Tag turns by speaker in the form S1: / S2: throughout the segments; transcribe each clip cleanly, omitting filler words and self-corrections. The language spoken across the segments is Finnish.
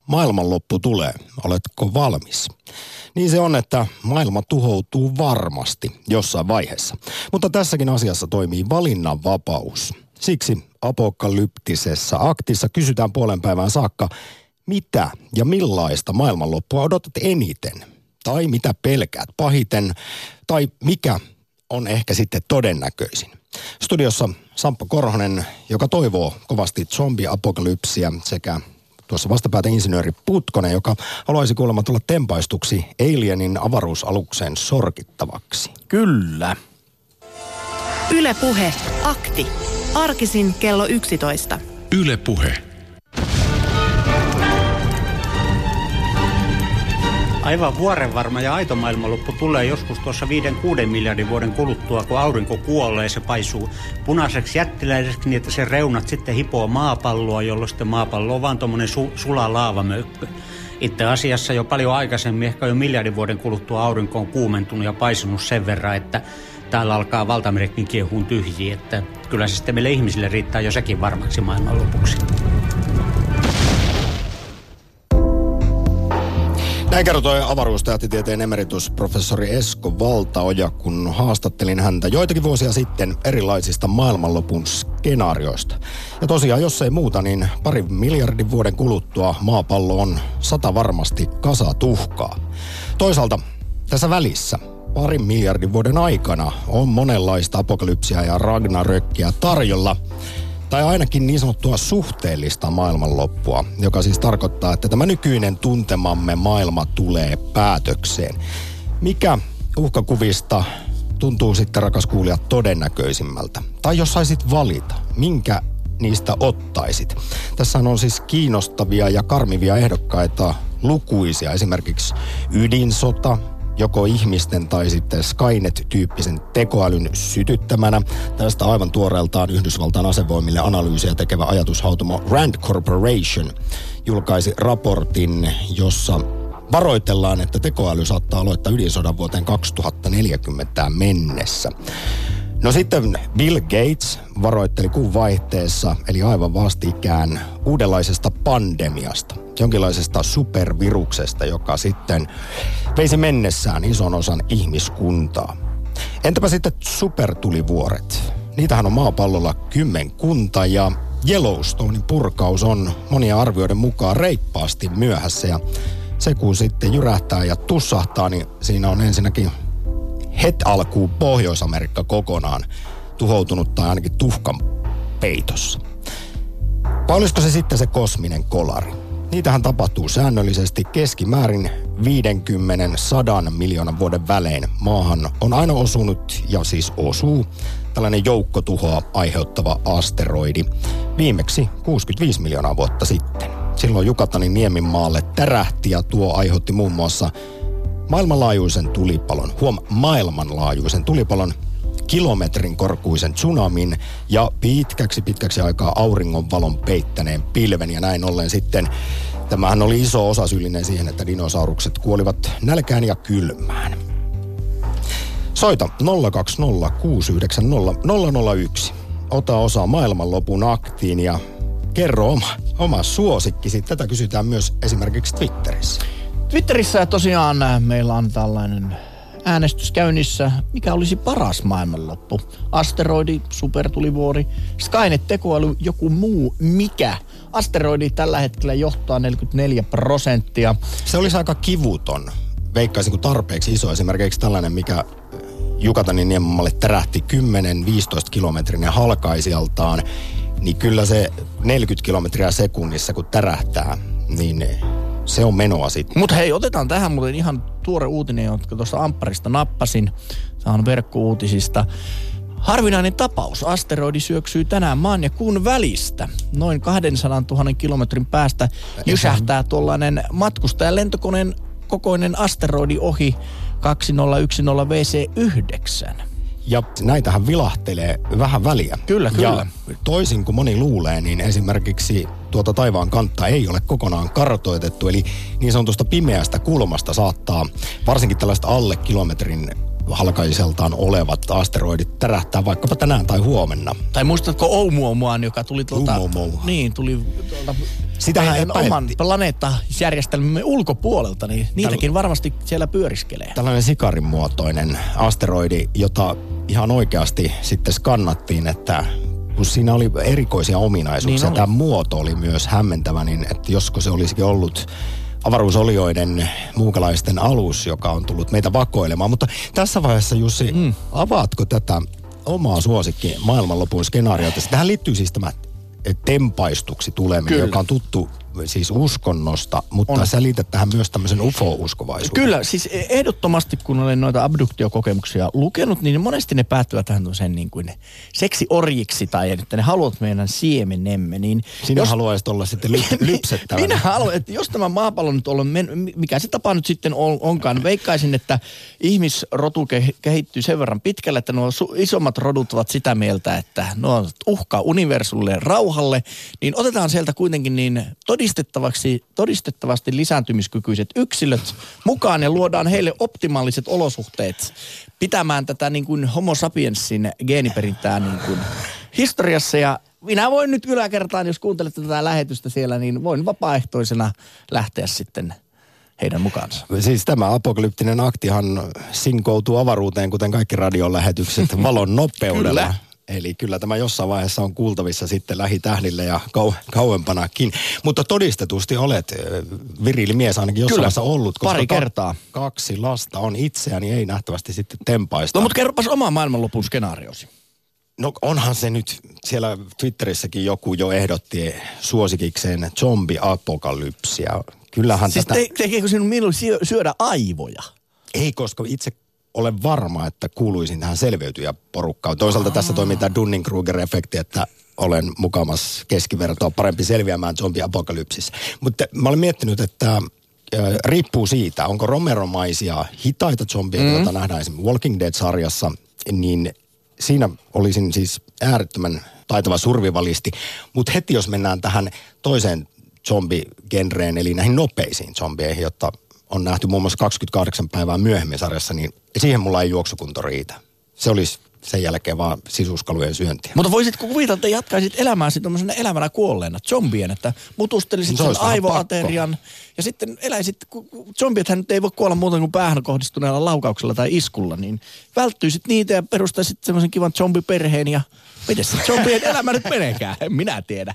S1: Maailmanloppu tulee. Oletko valmis? Niin se on, että maailma tuhoutuu varmasti jossain vaiheessa. Mutta tässäkin asiassa toimii valinnanvapaus. Siksi apokalyptisessa aktissa kysytään puolen päivään saakka, mitä ja millaista maailmanloppua odotat eniten? Tai mitä pelkäät pahiten? Tai mikä on ehkä sitten todennäköisin? Studiossa Sampo Korhonen, joka toivoo kovasti zombiapokalypsia, sekä tuossa vastapäätä insinööri Putkonen, joka haluaisi kuulemma tulla tempaistuksi Alienin avaruusalukseen sorkittavaksi.
S2: Kyllä.
S3: Yle Puhe, akti. Arkisin kello 11.
S4: Yle Puhe.
S5: Aivan vuorenvarma ja aito maailmanloppu tulee joskus tuossa 5-6 miljardin vuoden kuluttua, kun aurinko kuolee, se paisuu punaiseksi jättiläiseksi niin, että sen reunat sitten hipoo maapalloa, jolloin sitten maapallo on vaan tuommoinen sula laavamökkö. Itse asiassa jo paljon aikaisemmin, ehkä jo miljardin vuoden kuluttua aurinko on kuumentunut ja paisunut sen verran, että täällä alkaa valtameretkin kiehuun tyhjiä, että kyllä se sitten meille ihmisille riittää jo sekin varmaksi maailmanlopuksi.
S1: Näin kertoi avaruustähtitieteen emeritusprofessori Esko Valtaoja, kun haastattelin häntä joitakin vuosia sitten erilaisista maailmanlopun skenaarioista. Ja tosiaan, jos ei muuta, niin 2 miljardin vuoden kuluttua maapallo on 100 varmasti kasatuhkaa. Toisaalta tässä välissä 2 miljardin vuoden aikana on monenlaista apokalypsia ja ragnarökkiä tarjolla. Tai ainakin niin sanottua suhteellista maailmanloppua, joka siis tarkoittaa, että tämä nykyinen tuntemamme maailma tulee päätökseen. Mikä uhkakuvista tuntuu sitten, rakas kuulija, todennäköisimmältä? Tai jos saisit valita, minkä niistä ottaisit? Tässä on siis kiinnostavia ja karmivia ehdokkaita lukuisia, esimerkiksi ydinsota, joko ihmisten tai sitten Skynet-tyyppisen tekoälyn sytyttämänä. Tästä aivan tuoreeltaan Yhdysvaltain asevoimille analyysiä tekevä ajatushautomo Rand Corporation julkaisi raportin, jossa varoitellaan, että tekoäly saattaa aloittaa ydinsodan vuoteen 2040 mennessä. No sitten Bill Gates varoitteli kuun vaihteessa, eli aivan vastikään, uudenlaisesta pandemiasta, jonkinlaisesta superviruksesta, joka sitten veisi mennessään ison osan ihmiskuntaa. Entäpä sitten supertulivuoret? Niitähän on maapallolla 10 ja Yellowstonein purkaus on monien arvioiden mukaan reippaasti myöhässä. Ja se kun sitten jyrähtää ja tussahtaa, niin siinä on ensinnäkin heti alkuun Pohjois-Amerikka kokonaan tuhoutunut tai ainakin tuhkan peitossa. Vai olisiko se sitten se kosminen kolari? Niitähän tapahtuu säännöllisesti keskimäärin 50-100 miljoonan vuoden välein. Maahan on aina osunut ja siis osuu tällainen joukkotuhoa aiheuttava asteroidi. Viimeksi 65 miljoonaa vuotta sitten. Silloin Jukatanin nieminmaalle tärähti ja tuo aiheutti muun muassa maailmanlaajuisen tulipalon, kilometrin korkuisen tsunamin ja pitkäksi aikaa auringonvalon peittäneen pilven. Ja näin ollen sitten, tämähän oli iso osa syyllinen siihen, että dinosaurukset kuolivat nälkään ja kylmään. Soita 020690001. Ota osaa maailmanlopun aktiin ja kerro oma suosikkisi. Tätä kysytään myös esimerkiksi Twitterissä.
S2: Twitterissä tosiaan meillä on tällainen äänestys käynnissä. Mikä olisi paras maailmanloppu? Asteroidi, supertulivuori, Skynet-tekoäly, joku muu mikä? Asteroidi tällä hetkellä johtaa 44%.
S1: Se olisi aika kivuton. Veikkaisin kuin tarpeeksi iso. Esimerkiksi tällainen, mikä Jukatanin niemenmaalle tärähti 10-15 kilometrin ja halkaisijaltaan, niin kyllä se 40 kilometriä sekunnissa kun tärähtää, niin se on menoa sitten.
S2: Mutta hei, otetaan tähän muuten ihan tuore uutinen, jonka tuosta Ampparista nappasin. Se on verkkouutisista. Harvinainen tapaus. Asteroidi syöksyy tänään maan ja kuun välistä. Noin 200 000 kilometrin päästä jysähtää tuollainen matkustajalentokoneen kokoinen asteroidi ohi 2010 WC9.
S1: Ja näitähän vilahtelee vähän väliä.
S2: Kyllä.
S1: Ja toisin kuin moni luulee, niin esimerkiksi tuota taivaan kantta ei ole kokonaan kartoitettu. Eli niin sanotusta pimeästä kulmasta saattaa varsinkin tällaista alle kilometrin halkaiseltaan olevat asteroidit tärähtää vaikkapa tänään tai huomenna.
S2: Tai muistatko Oumuomuan, joka tuli tuolta...
S1: Oumuamua.
S2: Niin, tuli tuolta
S1: Sitähän
S2: oman planeettajärjestelmämme ulkopuolelta, niin niitäkin varmasti siellä pyöriskelee.
S1: Tällainen sikarin muotoinen asteroidi, jota ihan oikeasti sitten skannattiin, että kun siinä oli erikoisia ominaisuuksia.
S2: Niin
S1: tämä muoto oli myös hämmentävä, niin että josko se olisikin ollut avaruusolioiden muukalaisten alus, joka on tullut meitä vakoilemaan. Mutta tässä vaiheessa, Jussi, avaatko tätä omaa suosikki maailmanlopun skenaariota? Tähän liittyy siis tämä tempaistuksi tuleminen, joka on tuttu siis uskonnosta, mutta sä liität tähän myös tämmöisen UFO-uskovaisuuden.
S2: Kyllä, siis ehdottomasti kun olen noita abduktiokokemuksia lukenut, niin monesti ne päättyvät tähän sen niin kuin seksiorjiksi tai että ne haluavat meidän siemenemme. Niin
S1: sinä haluaisit olla sitten lypsettävänä.
S2: Minä haluan, että jos tämä maapallo nyt on, mikä se tapa nyt sitten onkaan, veikkaisin, että ihmisrotu kehittyy sen verran pitkälle, että nuo isommat rodut ovat sitä mieltä, että nuo on uhka universumille rauhalle, niin otetaan sieltä kuitenkin niin todistettavasti lisääntymiskykyiset yksilöt mukaan ja luodaan heille optimaaliset olosuhteet pitämään tätä niin kuin homo sapiensin geeniperintää niin kuin historiassa. Ja minä voin nyt yläkertaan, jos kuuntelette tätä lähetystä siellä, niin voin vapaaehtoisena lähteä sitten heidän mukaansa.
S1: Siis tämä apokalyptinen aktihan sinkoutuu avaruuteen, kuten kaikki radiolähetykset, valon nopeudella.
S2: Kyllä.
S1: Eli kyllä tämä jossain vaiheessa on kuultavissa sitten lähitähdillä ja kauempanakin. Mutta todistetusti olet viriilimies ainakin jossain vaiheessa ollut. Koska
S2: pari kertaa.
S1: 2 lasta on itseäni, ei nähtävästi sitten tempaista.
S2: No mutta kerropas oma maailmanlopun skenaariosi.
S1: No onhan se nyt, siellä Twitterissäkin joku jo ehdotti suosikikseen zombi-apokalypsia. Kyllähän
S2: siis
S1: tätä...
S2: tekeekö sinun minun syödä aivoja?
S1: Ei, koska itse olen varma, että kuuluisin tähän selviytyjäporukkaan. Toisaalta tässä toimii tämä Dunning-Kruger-efekti, että olen mukamas keskivertoa parempi selviämään zombi-apokalypsissa. Mutta mä olen miettinyt, että riippuu siitä, onko romeromaisia hitaita zombeja, joita nähdään esimerkiksi Walking Dead-sarjassa, niin siinä olisin siis äärettömän taitava survivalisti. Mutta heti jos mennään tähän toiseen zombi-genreen, eli näihin nopeisiin zombeihin, jotta on nähty muun muassa 28 päivää myöhemmin sarjassa, niin siihen mulla ei juoksukunto riitä. Se olisi sen jälkeen vaan sisuskalujen syöntiä.
S2: Mutta voisitko kuvitella, että jatkaisit elämääsi tuommoisena elävänä kuolleena zombien, että mutustelisit sen aivoaterian ja sitten eläisit, kun zombiethän nyt ei voi kuolla muuta kuin päähän kohdistuneella laukauksella tai iskulla, niin välttyisit niitä ja perustaisit semmoisen kivan zombiperheen ja miten se zombien elämä nyt meneekään, en minä tiedä.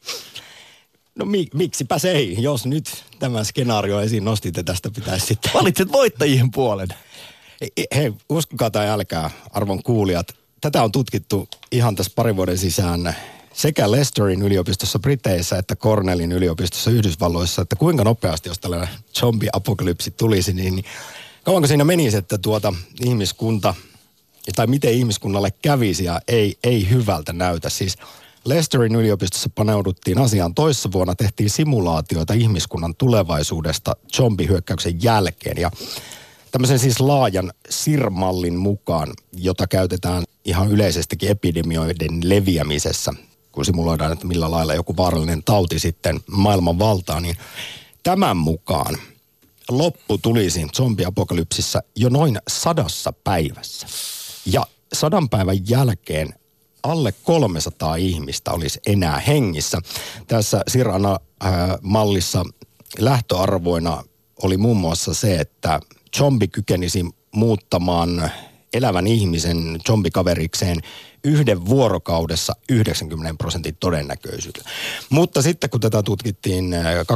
S1: No miksipä se ei, jos nyt tämä skenaario esiin nostit, että tästä pitäisi sitten...
S2: Valitset voittajien puolen.
S1: Hei, uskokaa tai älkää, arvon kuulijat. Tätä on tutkittu ihan tässä parin vuoden sisään sekä Leicesterin yliopistossa Briteissä että Cornellin yliopistossa Yhdysvalloissa, että kuinka nopeasti, jos tällainen zombie-apokalypsi tulisi, niin kauanko siinä menisi, että ihmiskunta, tai miten ihmiskunnalle kävisi ja ei hyvältä näytä. Siis Leicesterin yliopistossa paneuduttiin asiaan toissa vuonna, tehtiin simulaatioita ihmiskunnan tulevaisuudesta zombihyökkäyksen jälkeen ja tämmöisen siis laajan SIR-mallin mukaan, jota käytetään ihan yleisestikin epidemioiden leviämisessä, kun simuloidaan, että millä lailla joku vaarallinen tauti sitten maailman valtaa, niin tämän mukaan loppu tulisi zombiapokalypsissa jo noin 100 päivässä. Ja 100 päivän jälkeen alle 300 ihmistä olisi enää hengissä. Tässä SIR-mallissa lähtöarvoina oli muun muassa se, että zombi kykenisi muuttamaan elävän ihmisen zombikaverikseen 1 vuorokaudessa 90% todennäköisyydellä. Mutta sitten kun tätä tutkittiin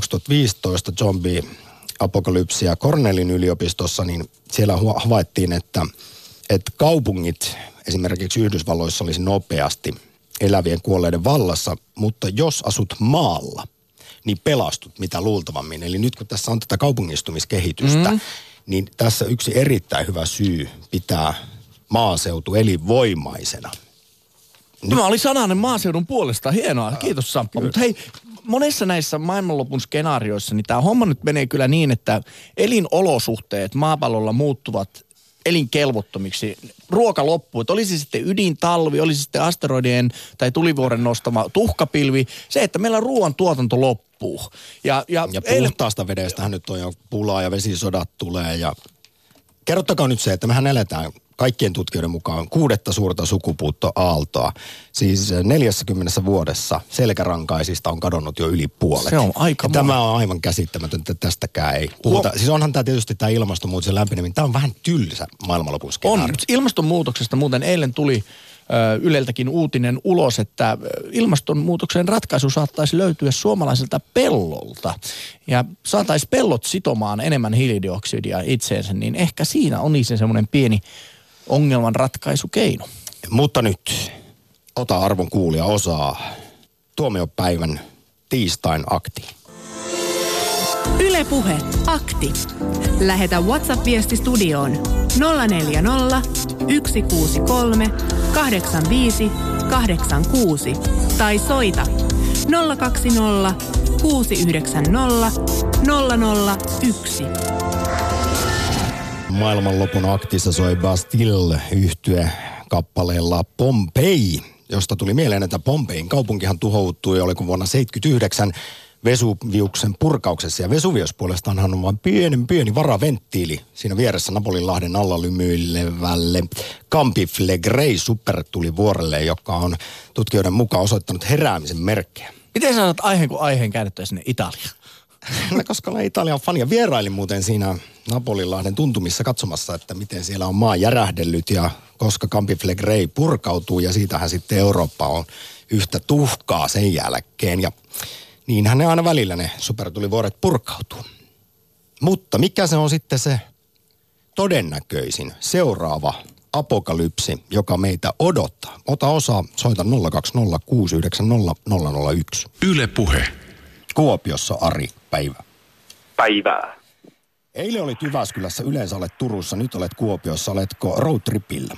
S1: 2015 zombi-apokalypsia Cornellin yliopistossa, niin siellä havaittiin, että kaupungit esimerkiksi Yhdysvalloissa olisi nopeasti elävien kuolleiden vallassa, mutta jos asut maalla, niin pelastut mitä luultavammin. Eli nyt kun tässä on tätä kaupungistumiskehitystä, niin tässä yksi erittäin hyvä syy pitää maaseutu elinvoimaisena.
S2: Tämä oli sananen maaseudun puolesta. Hienoa. Kiitos Samppa. Mutta hei, monessa näissä maailmanlopun skenaarioissa, niin tämä homma nyt menee kyllä niin, että elinolosuhteet maapallolla muuttuvat elinkelvottomiksi. Ruoka loppuu. Että olisi sitten ydintalvi, olisi sitten asteroidien tai tulivuoren nostama tuhkapilvi. Se, että meillä ruoan tuotanto loppuu. Ja
S1: puhtaasta vedestähän nyt on jo pulaa ja vesisodat tulee. Ja kerrottakaa nyt se, että mehän eletään kaikkien tutkijoiden mukaan 6 suurta sukupuuttoaaltoa. Siis 40 vuodessa selkärankaisista on kadonnut jo yli puolet.
S2: Se on aika
S1: ja tämä on aivan käsittämätöntä, tästäkään ei puhuta. Siis onhan tämä tietysti tämä ilmastonmuutoksen lämpeneminen. Tämä on vähän tylsä maailmanlopun skenaario.
S2: On. Ilmastonmuutoksesta muuten eilen tuli Yleltäkin uutinen ulos, että ilmastonmuutoksen ratkaisu saattaisi löytyä suomalaiselta pellolta. Ja saataisiin pellot sitomaan enemmän hiilidioksidia itseensä, niin ehkä siinä on se semmoinen pieni ongelman ratkaisukeino.
S1: Mutta nyt, ota arvon kuulija osaa tuomiopäivän tiistain aktiin.
S3: Yle Puhe, akti. Lähetä WhatsApp-viesti studioon 040 163 85 86 tai soita 020 690 001.
S1: Maailmanlopun aktissa soi Bastille -yhtye kappaleella Pompei, josta tuli mieleen, että Pompein kaupunkihan tuhoutui, oliko vuonna 1979 Vesuviuksen purkauksessa. Ja Vesuvius puolestaanhan on vain pieni varaventtiili siinä vieressä Napolinlahden alla lymyilevälle Campiflegrei supertulivuorelle, joka on tutkijoiden mukaan osoittanut heräämisen merkkejä.
S2: Miten sanot aiheen, kun aiheen käännettyä sinne Italiaan?
S1: Koska olen Italian fani ja vierailin muuten siinä Napolinlahden tuntumissa katsomassa, että miten siellä on maa järähdellyt ja koska Campiflegrei purkautuu ja siitähän sitten Eurooppa on yhtä tuhkaa sen jälkeen ja niinhän ne aina välillä ne supertulivuoret purkautuu. Mutta mikä se on sitten se todennäköisin seuraava apokalypsi, joka meitä odottaa? Ota osaa, soita 020690001.
S4: Yle Puhe.
S1: Kuopiossa Ari, päivä.
S6: Päivää.
S1: Eilen olit Jyväskylässä, yleensä olet Turussa, nyt olet Kuopiossa. Oletko roadtripillä?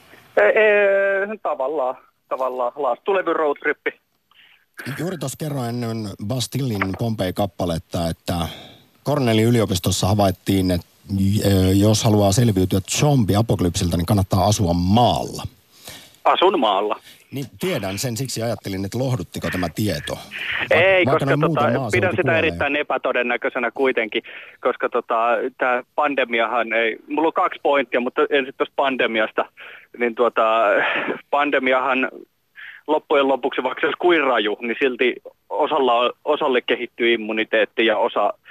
S6: Tavallaan. Tulevin roadtrippi.
S1: Juuri tuossa kerroin ennen Bastillin Pompei-kappaletta, että Cornellin yliopistossa havaittiin, että jos haluaa selviytyä zombi-apokalypsilta, niin kannattaa asua maalla.
S6: Asun maalla.
S1: Niin tiedän sen, siksi ajattelin, että lohduttiko tämä tieto.
S6: Ei, koska pidän sitä erittäin epätodennäköisenä kuitenkin, koska tämä pandemiahan ei, mulla on 2 pointtia, mutta ensin tuosta pandemiasta, niin pandemiahan loppujen lopuksi, vaikka se olisi kuin raju, niin silti osalle kehittyy immuniteetti ja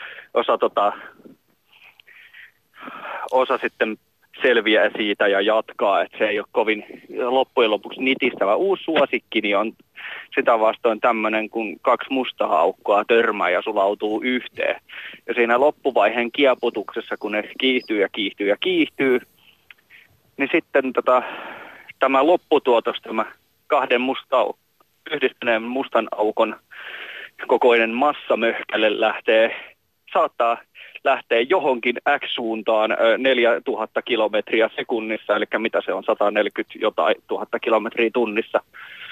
S6: osa sitten selviää siitä ja jatkaa, että se ei ole kovin loppujen lopuksi nitistävä. Uusi suosikkini on sitä vastoin tämmöinen, kun 2 mustaa aukkoa törmää ja sulautuu yhteen. Ja siinä loppuvaiheen kieputuksessa, kun ne kiihtyy, niin sitten tämä lopputuotos, tämä 2 yhdistyneen mustan aukon kokoinen massamöhkäle saattaa lähteä johonkin X-suuntaan 4000 kilometriä sekunnissa, eli mitä se on, 140 jotain 1000 kilometriä tunnissa.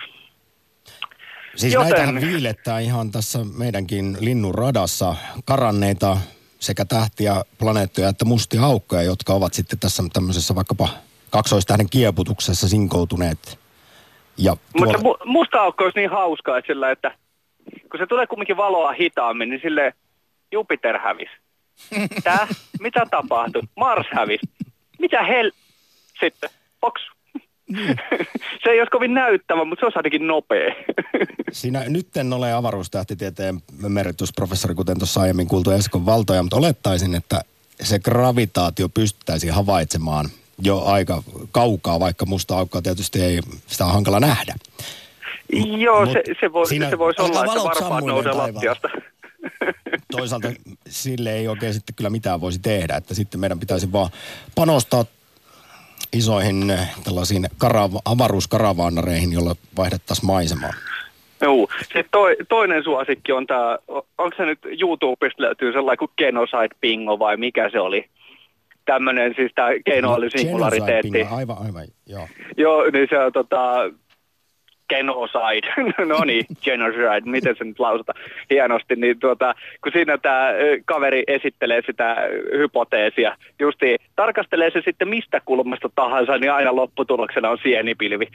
S1: Siis näitähän viilettää ihan tässä meidänkin linnunradassa karanneita sekä tähtiä, planeettoja että mustia aukkoja, jotka ovat sitten tässä tämmöisessä vaikkapa kaksoistähden kieputuksessa sinkoutuneet.
S6: Mutta musta aukko olisi niin hauskaa, että kun se tulee kumminkin valoa hitaammin, niin silleen Jupiter hävisi. Mitä tapahtui? Mars hävisi. Mitä sitten? Boks. Se ei olisi kovin näyttävä, mutta se olisi ainakin nopea.
S1: Siinä nyt en ole avaruustähtitieteen emeritusprofessori, kuten tuossa aiemmin kuultu Eskon Valtoja, mutta olettaisin, että se gravitaatio pystyttäisiin havaitsemaan jo aika kaukaa, vaikka musta aukkoa tietysti ei, sitä on hankala nähdä.
S6: Joo, se voisi olla, että varpaat nousee lattiasta.
S1: Toisaalta sille ei oikein sitten kyllä mitään voisi tehdä, että sitten meidän pitäisi vaan panostaa isoihin tällaisiin avaruuskaravaanareihin, jolla vaihdettaisiin maisemaa.
S6: Joo, sitten toinen suosikki on tämä, onko se nyt YouTubesta löytyy sellainen kuin Genocide Bingo vai mikä se oli? Tämmöinen siis tämä keinoälysingulariteetti.
S1: Aivan, joo.
S6: Joo, niin se on genocide, no niin, genocide, miten se nyt lausutaan hienosti, niin kun siinä tämä kaveri esittelee sitä hypoteesia, justiin tarkastelee se sitten mistä kulmasta tahansa, niin aina lopputuloksena on sienipilvi.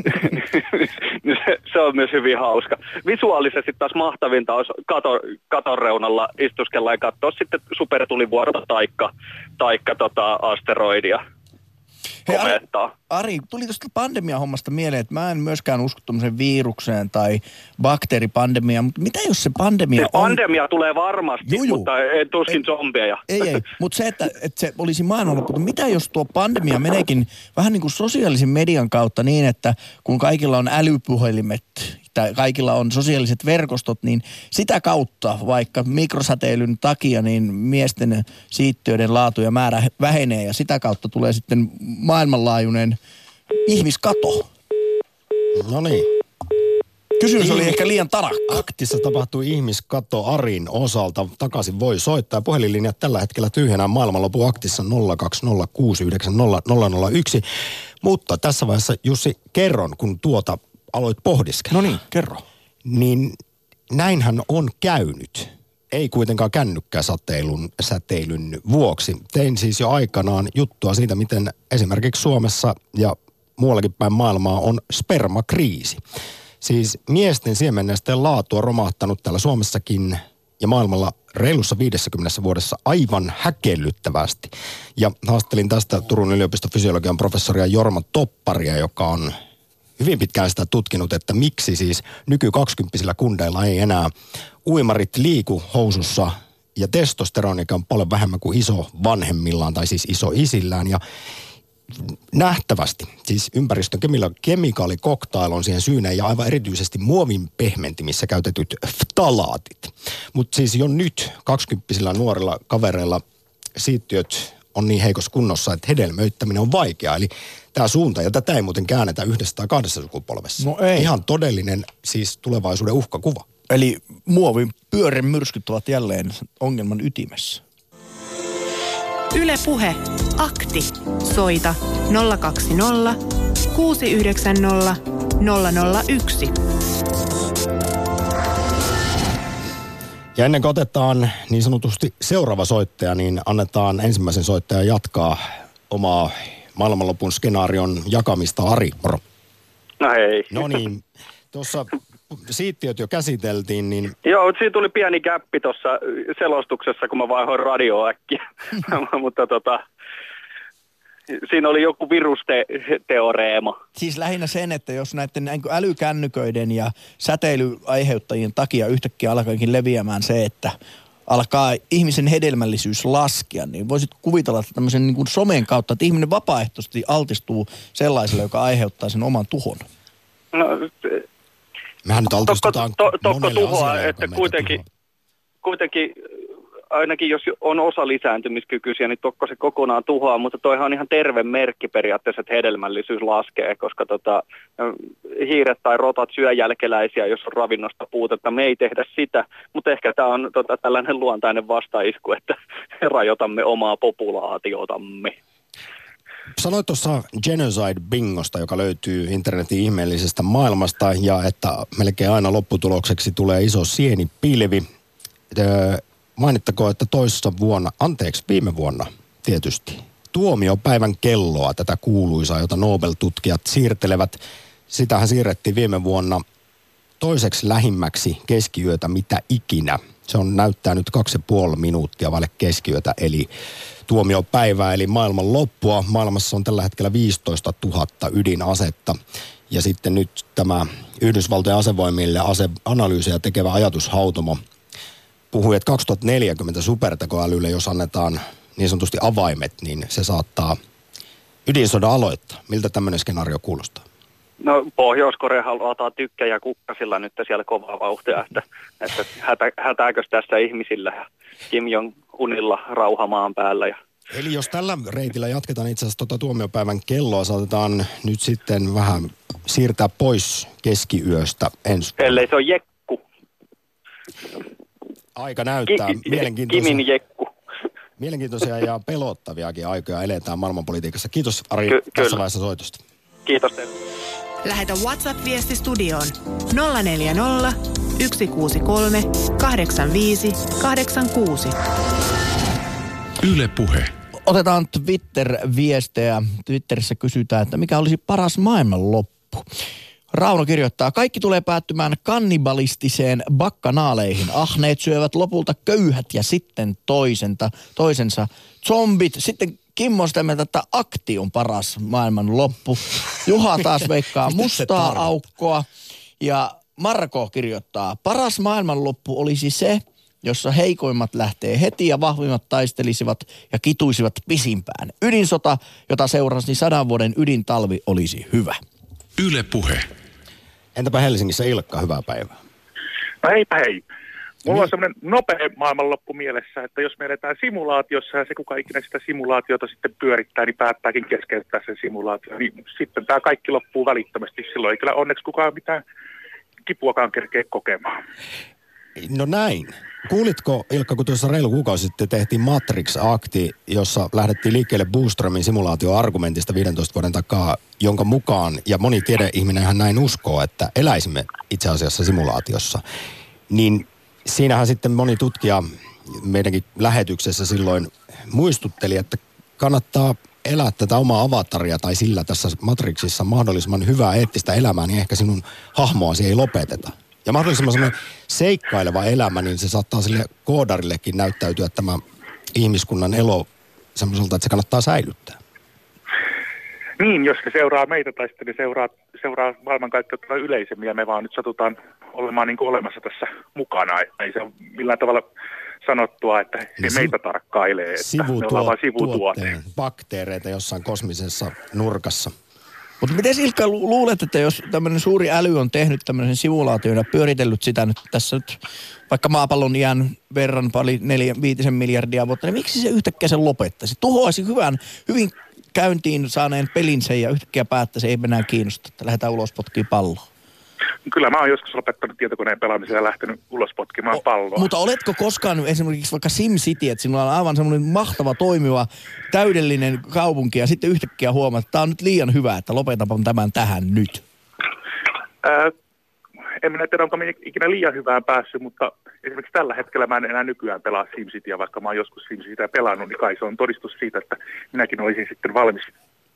S6: Se on myös hyvin hauska. Visuaalisesti taas mahtavinta olisi katon reunalla istuskella ja katsoa sitten supertulivuorta taikka asteroidia. kovettaa.
S2: Ari, tuli tuosta pandemia-hommasta mieleen, että mä en myöskään usko tuommoiseen virukseen tai bakteeripandemiaan, mutta mitä jos se pandemia on...
S6: Pandemia tulee varmasti, mutta tuskin zombeja.
S2: Ei, mutta se, että se olisi maailmanloppu, mitä jos tuo pandemia meneekin vähän niin kuin sosiaalisen median kautta niin, että kun kaikilla on älypuhelimet tai kaikilla on sosiaaliset verkostot, niin sitä kautta vaikka mikrosäteilyn takia niin miesten siittiöiden laatu ja määrä vähenee ja sitä kautta tulee sitten maailmanlaajuinen ihmiskato.
S1: No niin.
S2: Kysymys oli ehkä liian tarakka.
S1: Aktissa tapahtui ihmiskato Arin osalta. Takaisin voi soittaa. Puhelinlinjat tällä hetkellä tyhjänä maailmanlopun aktissa 020690001. Mutta tässä vaiheessa Jussi, kerron, kun tuota aloit pohdiskella.
S2: No niin, kerro.
S1: Niin näinhän on käynyt. Ei kuitenkaan kännykkäsäteilyn vuoksi. Tein siis jo aikanaan juttua siitä, miten esimerkiksi Suomessa ja muuallakin päin maailmaa on spermakriisi. Siis miesten siemennesteen laatu on romahtanut täällä Suomessakin ja maailmalla reilussa 50 vuodessa aivan häkellyttävästi. Ja haastelin tästä Turun yliopiston fysiologian professoria Jorma Topparia, joka on hyvin pitkään sitä tutkinut, että miksi siis nyky-20-vuotiailla kundeilla ei enää uimarit liiku housussa ja testosteronikin on paljon vähemmän kuin iso vanhemmillaan tai siis iso isillään. Ja nähtävästi, siis ympäristön kemikaalikoktail on siihen syyneen ja aivan erityisesti muovin pehmentimissä käytetyt ftalaatit. Mutta siis jo nyt 20-vuotiailla nuorilla kavereilla siittiöt on niin heikossa kunnossa, että hedelmöittäminen on vaikeaa. Eli tämä suunta, ja tätä ei muuten käännetä yhdessä tai kahdessa sukupolvessa.
S2: No ei.
S1: Ihan todellinen siis tulevaisuuden uhkakuva.
S2: Eli muovin pyörimyrskyt ovat jälleen ongelman ytimessä.
S3: Yle Puhe. Akti. Soita 020 690 001.
S1: Ja ennen kuin otetaan niin sanotusti seuraava soittaja, niin annetaan ensimmäisen soittajan jatkaa omaa maailmanlopun skenaarion jakamista. Ari, moro.
S6: No hei.
S1: No niin, tuossa siittiöt jo käsiteltiin, niin...
S6: Joo, siinä tuli pieni käppi tuossa selostuksessa, kun mä vaihoin radioa äkkiä. Mutta siinä oli joku virusteoreema.
S2: Siis lähinnä sen, että jos näiden älykännyköiden ja säteilyaiheuttajien takia yhtäkkiä alkaakin leviämään se, että alkaa ihmisen hedelmällisyys laskea, niin voisit kuvitella että tämmöisen niin kuin somen kautta, että ihminen vapaaehtoisesti altistuu sellaiselle, joka aiheuttaa sen oman tuhon.
S6: No,
S1: mehän nyt altistutaan monelle
S6: tuhoa,
S1: asialle,
S6: että kuitenkin ainakin jos on osa lisääntymiskykyisiä, niin tokko se kokonaan tuhoaa, mutta toihan on ihan terve merkki periaatteessa, että hedelmällisyys laskee, koska hiiret tai rotat syö jälkeläisiä, jos on ravinnosta puutetta. Me ei tehdä sitä, mutta ehkä tämä on tällainen luontainen vastaisku, että rajoitamme omaa populaatiotamme.
S1: Sanoit tuossa Genocide-bingosta, joka löytyy internetin ihmeellisestä maailmasta, ja että melkein aina lopputulokseksi tulee iso sienipilvi. Mainittakoon, että viime vuonna tietysti, tuomiopäivän kelloa, tätä kuuluisaa, jota Nobel-tutkijat siirtelevät. Sitähän siirrettiin viime vuonna toiseksi lähimmäksi keskiyötä mitä ikinä. Se on näyttää nyt 2,5 minuuttia vaille keskiyötä, eli tuomiopäivää, eli maailman loppua. Maailmassa on tällä hetkellä 15 000 ydinasetta. Ja sitten nyt tämä Yhdysvaltojen asevoimille aseanalyysiä tekevä ajatushautomo puhui, että 2040 supertekoälylle, jos annetaan niin sanotusti avaimet, niin se saattaa ydinsodan aloittaa. Miltä tämmöinen skenaario kuulostaa?
S6: No Pohjois-Korea lataa tykkäjä kukkasilla nyt siellä kovaa vauhtia, että hätääkös tässä ihmisillä ja Kim Jong-unilla rauha maan päällä.
S1: Eli jos tällä reitillä jatketaan itse asiassa tuomiopäivän kelloa, saatetaan nyt sitten vähän siirtää pois keskiyöstä ensi.
S6: Ellei se on jekku.
S1: Aika näyttää.
S6: Kimin jekku.
S1: Mielenkiintoisia ja pelottaviakin aikoja eletään maailmanpolitiikassa. Kiitos Ari tässä vaiheessa soitosta.
S6: Kiitos teille.
S3: Lähetä WhatsApp-viesti studioon 040 163 85 86.
S4: Yle Puhe.
S2: Otetaan Twitter-viestejä. Twitterissä kysytään, että mikä olisi paras maailmanloppu. Rauno kirjoittaa, kaikki tulee päättymään kannibalistiseen bakkanaaleihin. Ahneet syövät lopulta köyhät ja sitten toisensa. Zombit, sitten Kimmo on sitä mieltä, että akti on paras maailman loppu. Juha taas veikkaa mustaa aukkoa. Ja Marko kirjoittaa, paras maailmanloppu olisi se, jossa heikoimmat lähtee heti ja vahvimmat taistelisivat ja kituisivat pisimpään. Ydinsota, jota seurasi 100 vuoden ydintalvi, olisi hyvä.
S4: Yle Puhe.
S1: Entäpä Helsingissä Ilkka, hyvää päivää.
S7: No heipä hei. Mulla on semmoinen nopea maailmanloppu mielessä, että jos me edetään simulaatiossa ja se kuka ikinä sitä simulaatiota sitten pyörittää, niin päättääkin keskeyttää sen simulaatio, niin sitten tämä kaikki loppuu välittömästi. Silloin ei kyllä onneksi kukaan mitään kipuakaan kerkeä kokemaan.
S1: No näin. Kuulitko, Ilkka, kun tuossa reilu kuukausi sitten tehtiin Matrix-akti, jossa lähdettiin liikkeelle Boostromin simulaatioargumentista 15 vuoden takaa, jonka mukaan, ja moni tiedeihminenhän näin uskoo, että eläisimme itse asiassa simulaatiossa, niin siinähän sitten moni tutkija meidänkin lähetyksessä silloin muistutteli, että kannattaa elää tätä omaa avataria tai sillä tässä Matrixissa mahdollisimman hyvää eettistä elämää, niin ehkä sinun hahmoasi ei lopeteta. Ja mahdollisimman semmoinen seikkaileva elämä, niin se saattaa sille koodarillekin näyttäytyä tämä ihmiskunnan elo semmoiselta, että se kannattaa säilyttää.
S7: Niin, jos se seuraa meitä tai sitten ne seuraa maailmankaikkeutta yleisemmin ja me vaan nyt satutaan olemaan niin kuin olemassa tässä mukana. Ei se ole millään tavalla sanottua, että he meitä tarkkailee, että me ollaan vaan sivutuote.
S1: Bakteereita jossain kosmisessa nurkassa.
S2: Mutta miten Ilkka luulet, että jos tämmöinen suuri äly on tehnyt tämmöisen simulaation ja pyöritellyt sitä nyt tässä nyt vaikka maapallon iän verran paljon 4-5 miljardia vuotta, niin miksi se yhtäkkiä sen lopettaisi? Tuhoaisi hyvin käyntiin saaneen pelinsä ja yhtäkkiä päättäisi, ei enää kiinnosta, että lähdetään ulos potkimaan palloa.
S7: Kyllä mä oon joskus lopettanut tietokoneen pelaamisen ja lähtenyt ulos potkimaan palloa.
S2: Mutta oletko koskaan esimerkiksi vaikka SimCity, että sinulla on aivan semmoinen mahtava, toimiva, täydellinen kaupunki ja sitten yhtäkkiä huomaat, että tämä on nyt liian hyvä, että lopetapan tämän tähän nyt?
S7: En minä tiedä, onko minä ikinä liian hyvään päässyt, mutta esimerkiksi tällä hetkellä mä en enää nykyään pelaa SimCityä, vaikka mä oon joskus SimCityä pelannut, niin kai se on todistus siitä, että minäkin olisin sitten valmis.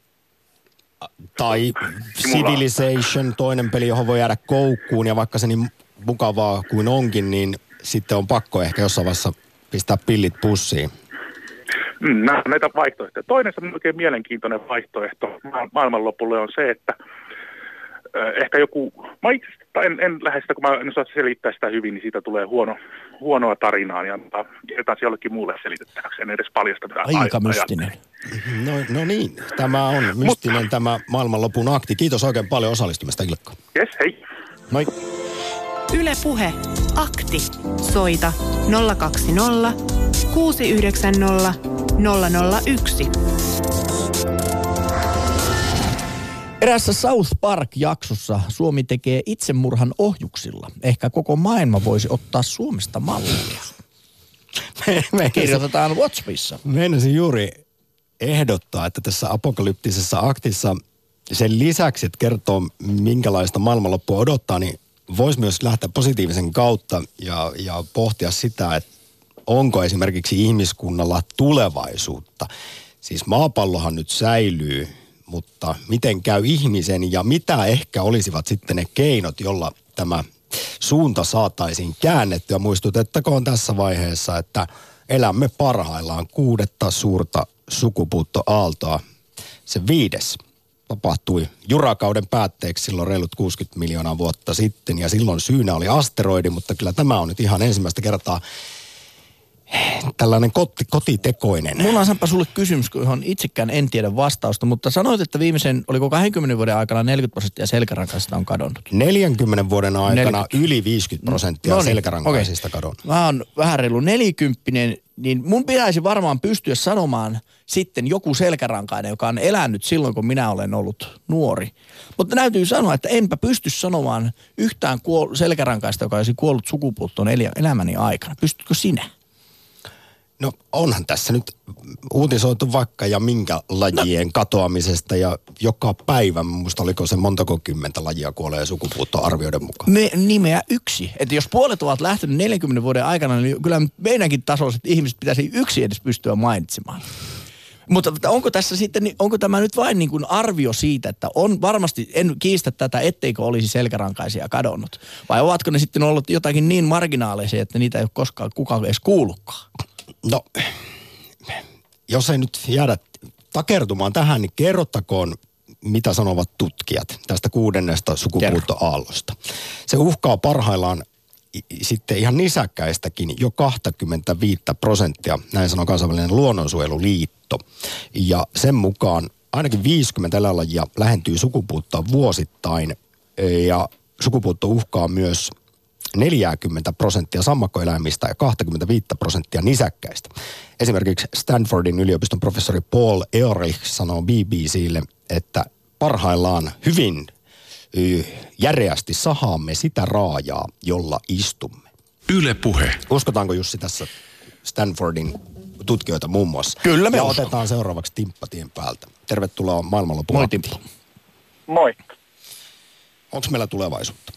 S1: Tai Civilization, toinen peli, johon voi jäädä koukkuun, ja vaikka se niin mukavaa kuin onkin, niin sitten on pakko ehkä jossain vaiheessa pistää pillit pussiin.
S7: Näitä vaihtoehtoja. Toinen oikein mielenkiintoinen vaihtoehto maailmanlopulle on se, että ehkä joku, mä itse en lähde sitä, kun mä en osaa selittää sitä hyvin, niin siitä tulee huonoa tarinaa ja jotain jollekin muulle selitettäväksi, en edes paljasta mitään.
S2: Aika mystinen.
S1: No niin, tämä on mystinen tämä maailmanlopun akti. Kiitos oikein paljon osallistumista, Ilkka.
S7: Jes, hei.
S1: Moi.
S3: Yle Puhe. Akti. Soita 020 690 001.
S2: Eräässä South Park-jaksossa Suomi tekee itsemurhan ohjuksilla. Ehkä koko maailma voisi ottaa Suomesta mallia. Me kirjoitetaan WhatsAppissa.
S1: Meinasin juuri ehdottaa, että tässä apokalyptisessa aktissa sen lisäksi, että kertoo minkälaista maailmanloppua odottaa, niin voisi myös lähteä positiivisen kautta ja pohtia sitä, että onko esimerkiksi ihmiskunnalla tulevaisuutta. Siis maapallohan nyt säilyy, mutta miten käy ihmisen ja mitä ehkä olisivat sitten ne keinot, jolla tämä suunta saataisiin käännettyä. Muistutettakoon tässä vaiheessa, että elämme parhaillaan 6. suurta sukupuuttoaaltoa. Se 5. tapahtui jurakauden päätteeksi silloin reilut 60 miljoonaa vuotta sitten ja silloin syynä oli asteroidi, mutta kyllä tämä on nyt ihan ensimmäistä kertaa tällainen kotitekoinen.
S2: Mulla on Sampa sulle kysymys, johon itsekään en tiedä vastausta, mutta sanoit, että viimeisen, oliko 20 vuoden aikana 40% selkärankaisista on kadonnut?
S1: 40 vuoden aikana yli 50% selkärankaisista kadonnut.
S2: Mä oon vähän reilu 40, niin mun pitäisi varmaan pystyä sanomaan sitten joku selkärankainen, joka on elänyt silloin, kun minä olen ollut nuori. Mutta täytyy sanoa, että enpä pysty sanomaan yhtään selkärankaista, joka olisi kuollut sukupuuttoon elämäni aikana. Pystytkö sinä?
S1: No onhan tässä nyt uutisoitu vaikka ja minkä lajien katoamisesta ja joka päivä, musta oliko se montako 10 lajia kuolee sukupuuttoarvioiden mukaan.
S2: Nimeä 1. Että jos puolet ovat lähtenyt 40 vuoden aikana, niin kyllä meidänkin tasoiset ihmiset pitäisi yksi edes pystyä mainitsemaan. Mutta onko tässä sitten, onko tämä nyt vain niin kuin arvio siitä, että on varmasti, en kiistä tätä, etteikö olisi selkärankaisia kadonnut. Vai ovatko ne sitten ollut jotakin niin marginaalisia, että niitä ei ole koskaan kukaan edes kuullutkaan?
S1: No, jos ei nyt jäädä takertumaan tähän, niin kerrottakoon, mitä sanovat tutkijat tästä 6. sukupuuttoaallosta. Se uhkaa parhaillaan sitten ihan nisäkkäistäkin jo 25%, näin sanoo kansainvälinen luonnonsuojeluliitto. Ja sen mukaan ainakin 50 eläinlajia lähentyy sukupuuttoa vuosittain, ja sukupuutto uhkaa myös 40% sammakkoeläimistä ja 25% nisäkkäistä. Esimerkiksi Stanfordin yliopiston professori Paul Ehrlich sanoo BBClle, että parhaillaan hyvin järeästi sahaamme sitä raajaa, jolla istumme.
S4: Yle Puhe.
S1: Uskotaanko Jussi tässä Stanfordin tutkijoita muun muassa?
S2: Kyllä me
S1: ja
S2: uskon.
S1: otetaan seuraavaksi Timppa tien päältä. Tervetuloa maailmanlopun.
S2: Moi Timppa.
S8: Moi.
S1: Onko meillä tulevaisuutta?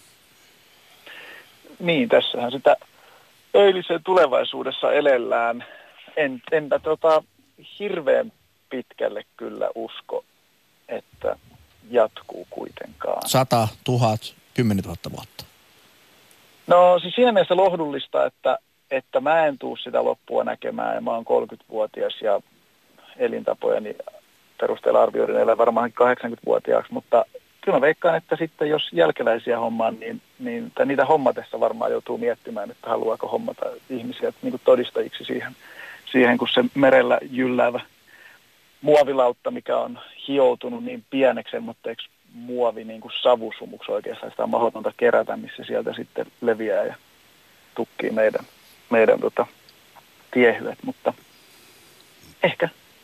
S8: Niin, tässähän sitä eilisen tulevaisuudessa elellään. Enpä hirveän pitkälle kyllä usko, että jatkuu kuitenkaan.
S2: 100, 1000, 10 000 vuotta.
S8: No siis siinä mielessä lohdullista, että mä en tuu sitä loppua näkemään ja mä oon 30-vuotias ja elintapojeni perusteella arvioiden elää varmaan 80-vuotiaaksi, mutta kyllä mä veikkaan, että sitten jos jälkeläisiä hommaan, niin niitä hommatessa varmaan joutuu miettimään, että haluaako hommata ihmisiä niin kuin todistajiksi siihen, kun se merellä jylläävä muovilautta, mikä on hioutunut niin pieneksi, mutta eikö muovi niin kuin savusumuksi oikeastaan, sitä on mahdotonta kerätä, missä sieltä sitten leviää ja tukkii meidän tiehyöt, mutta ehkä.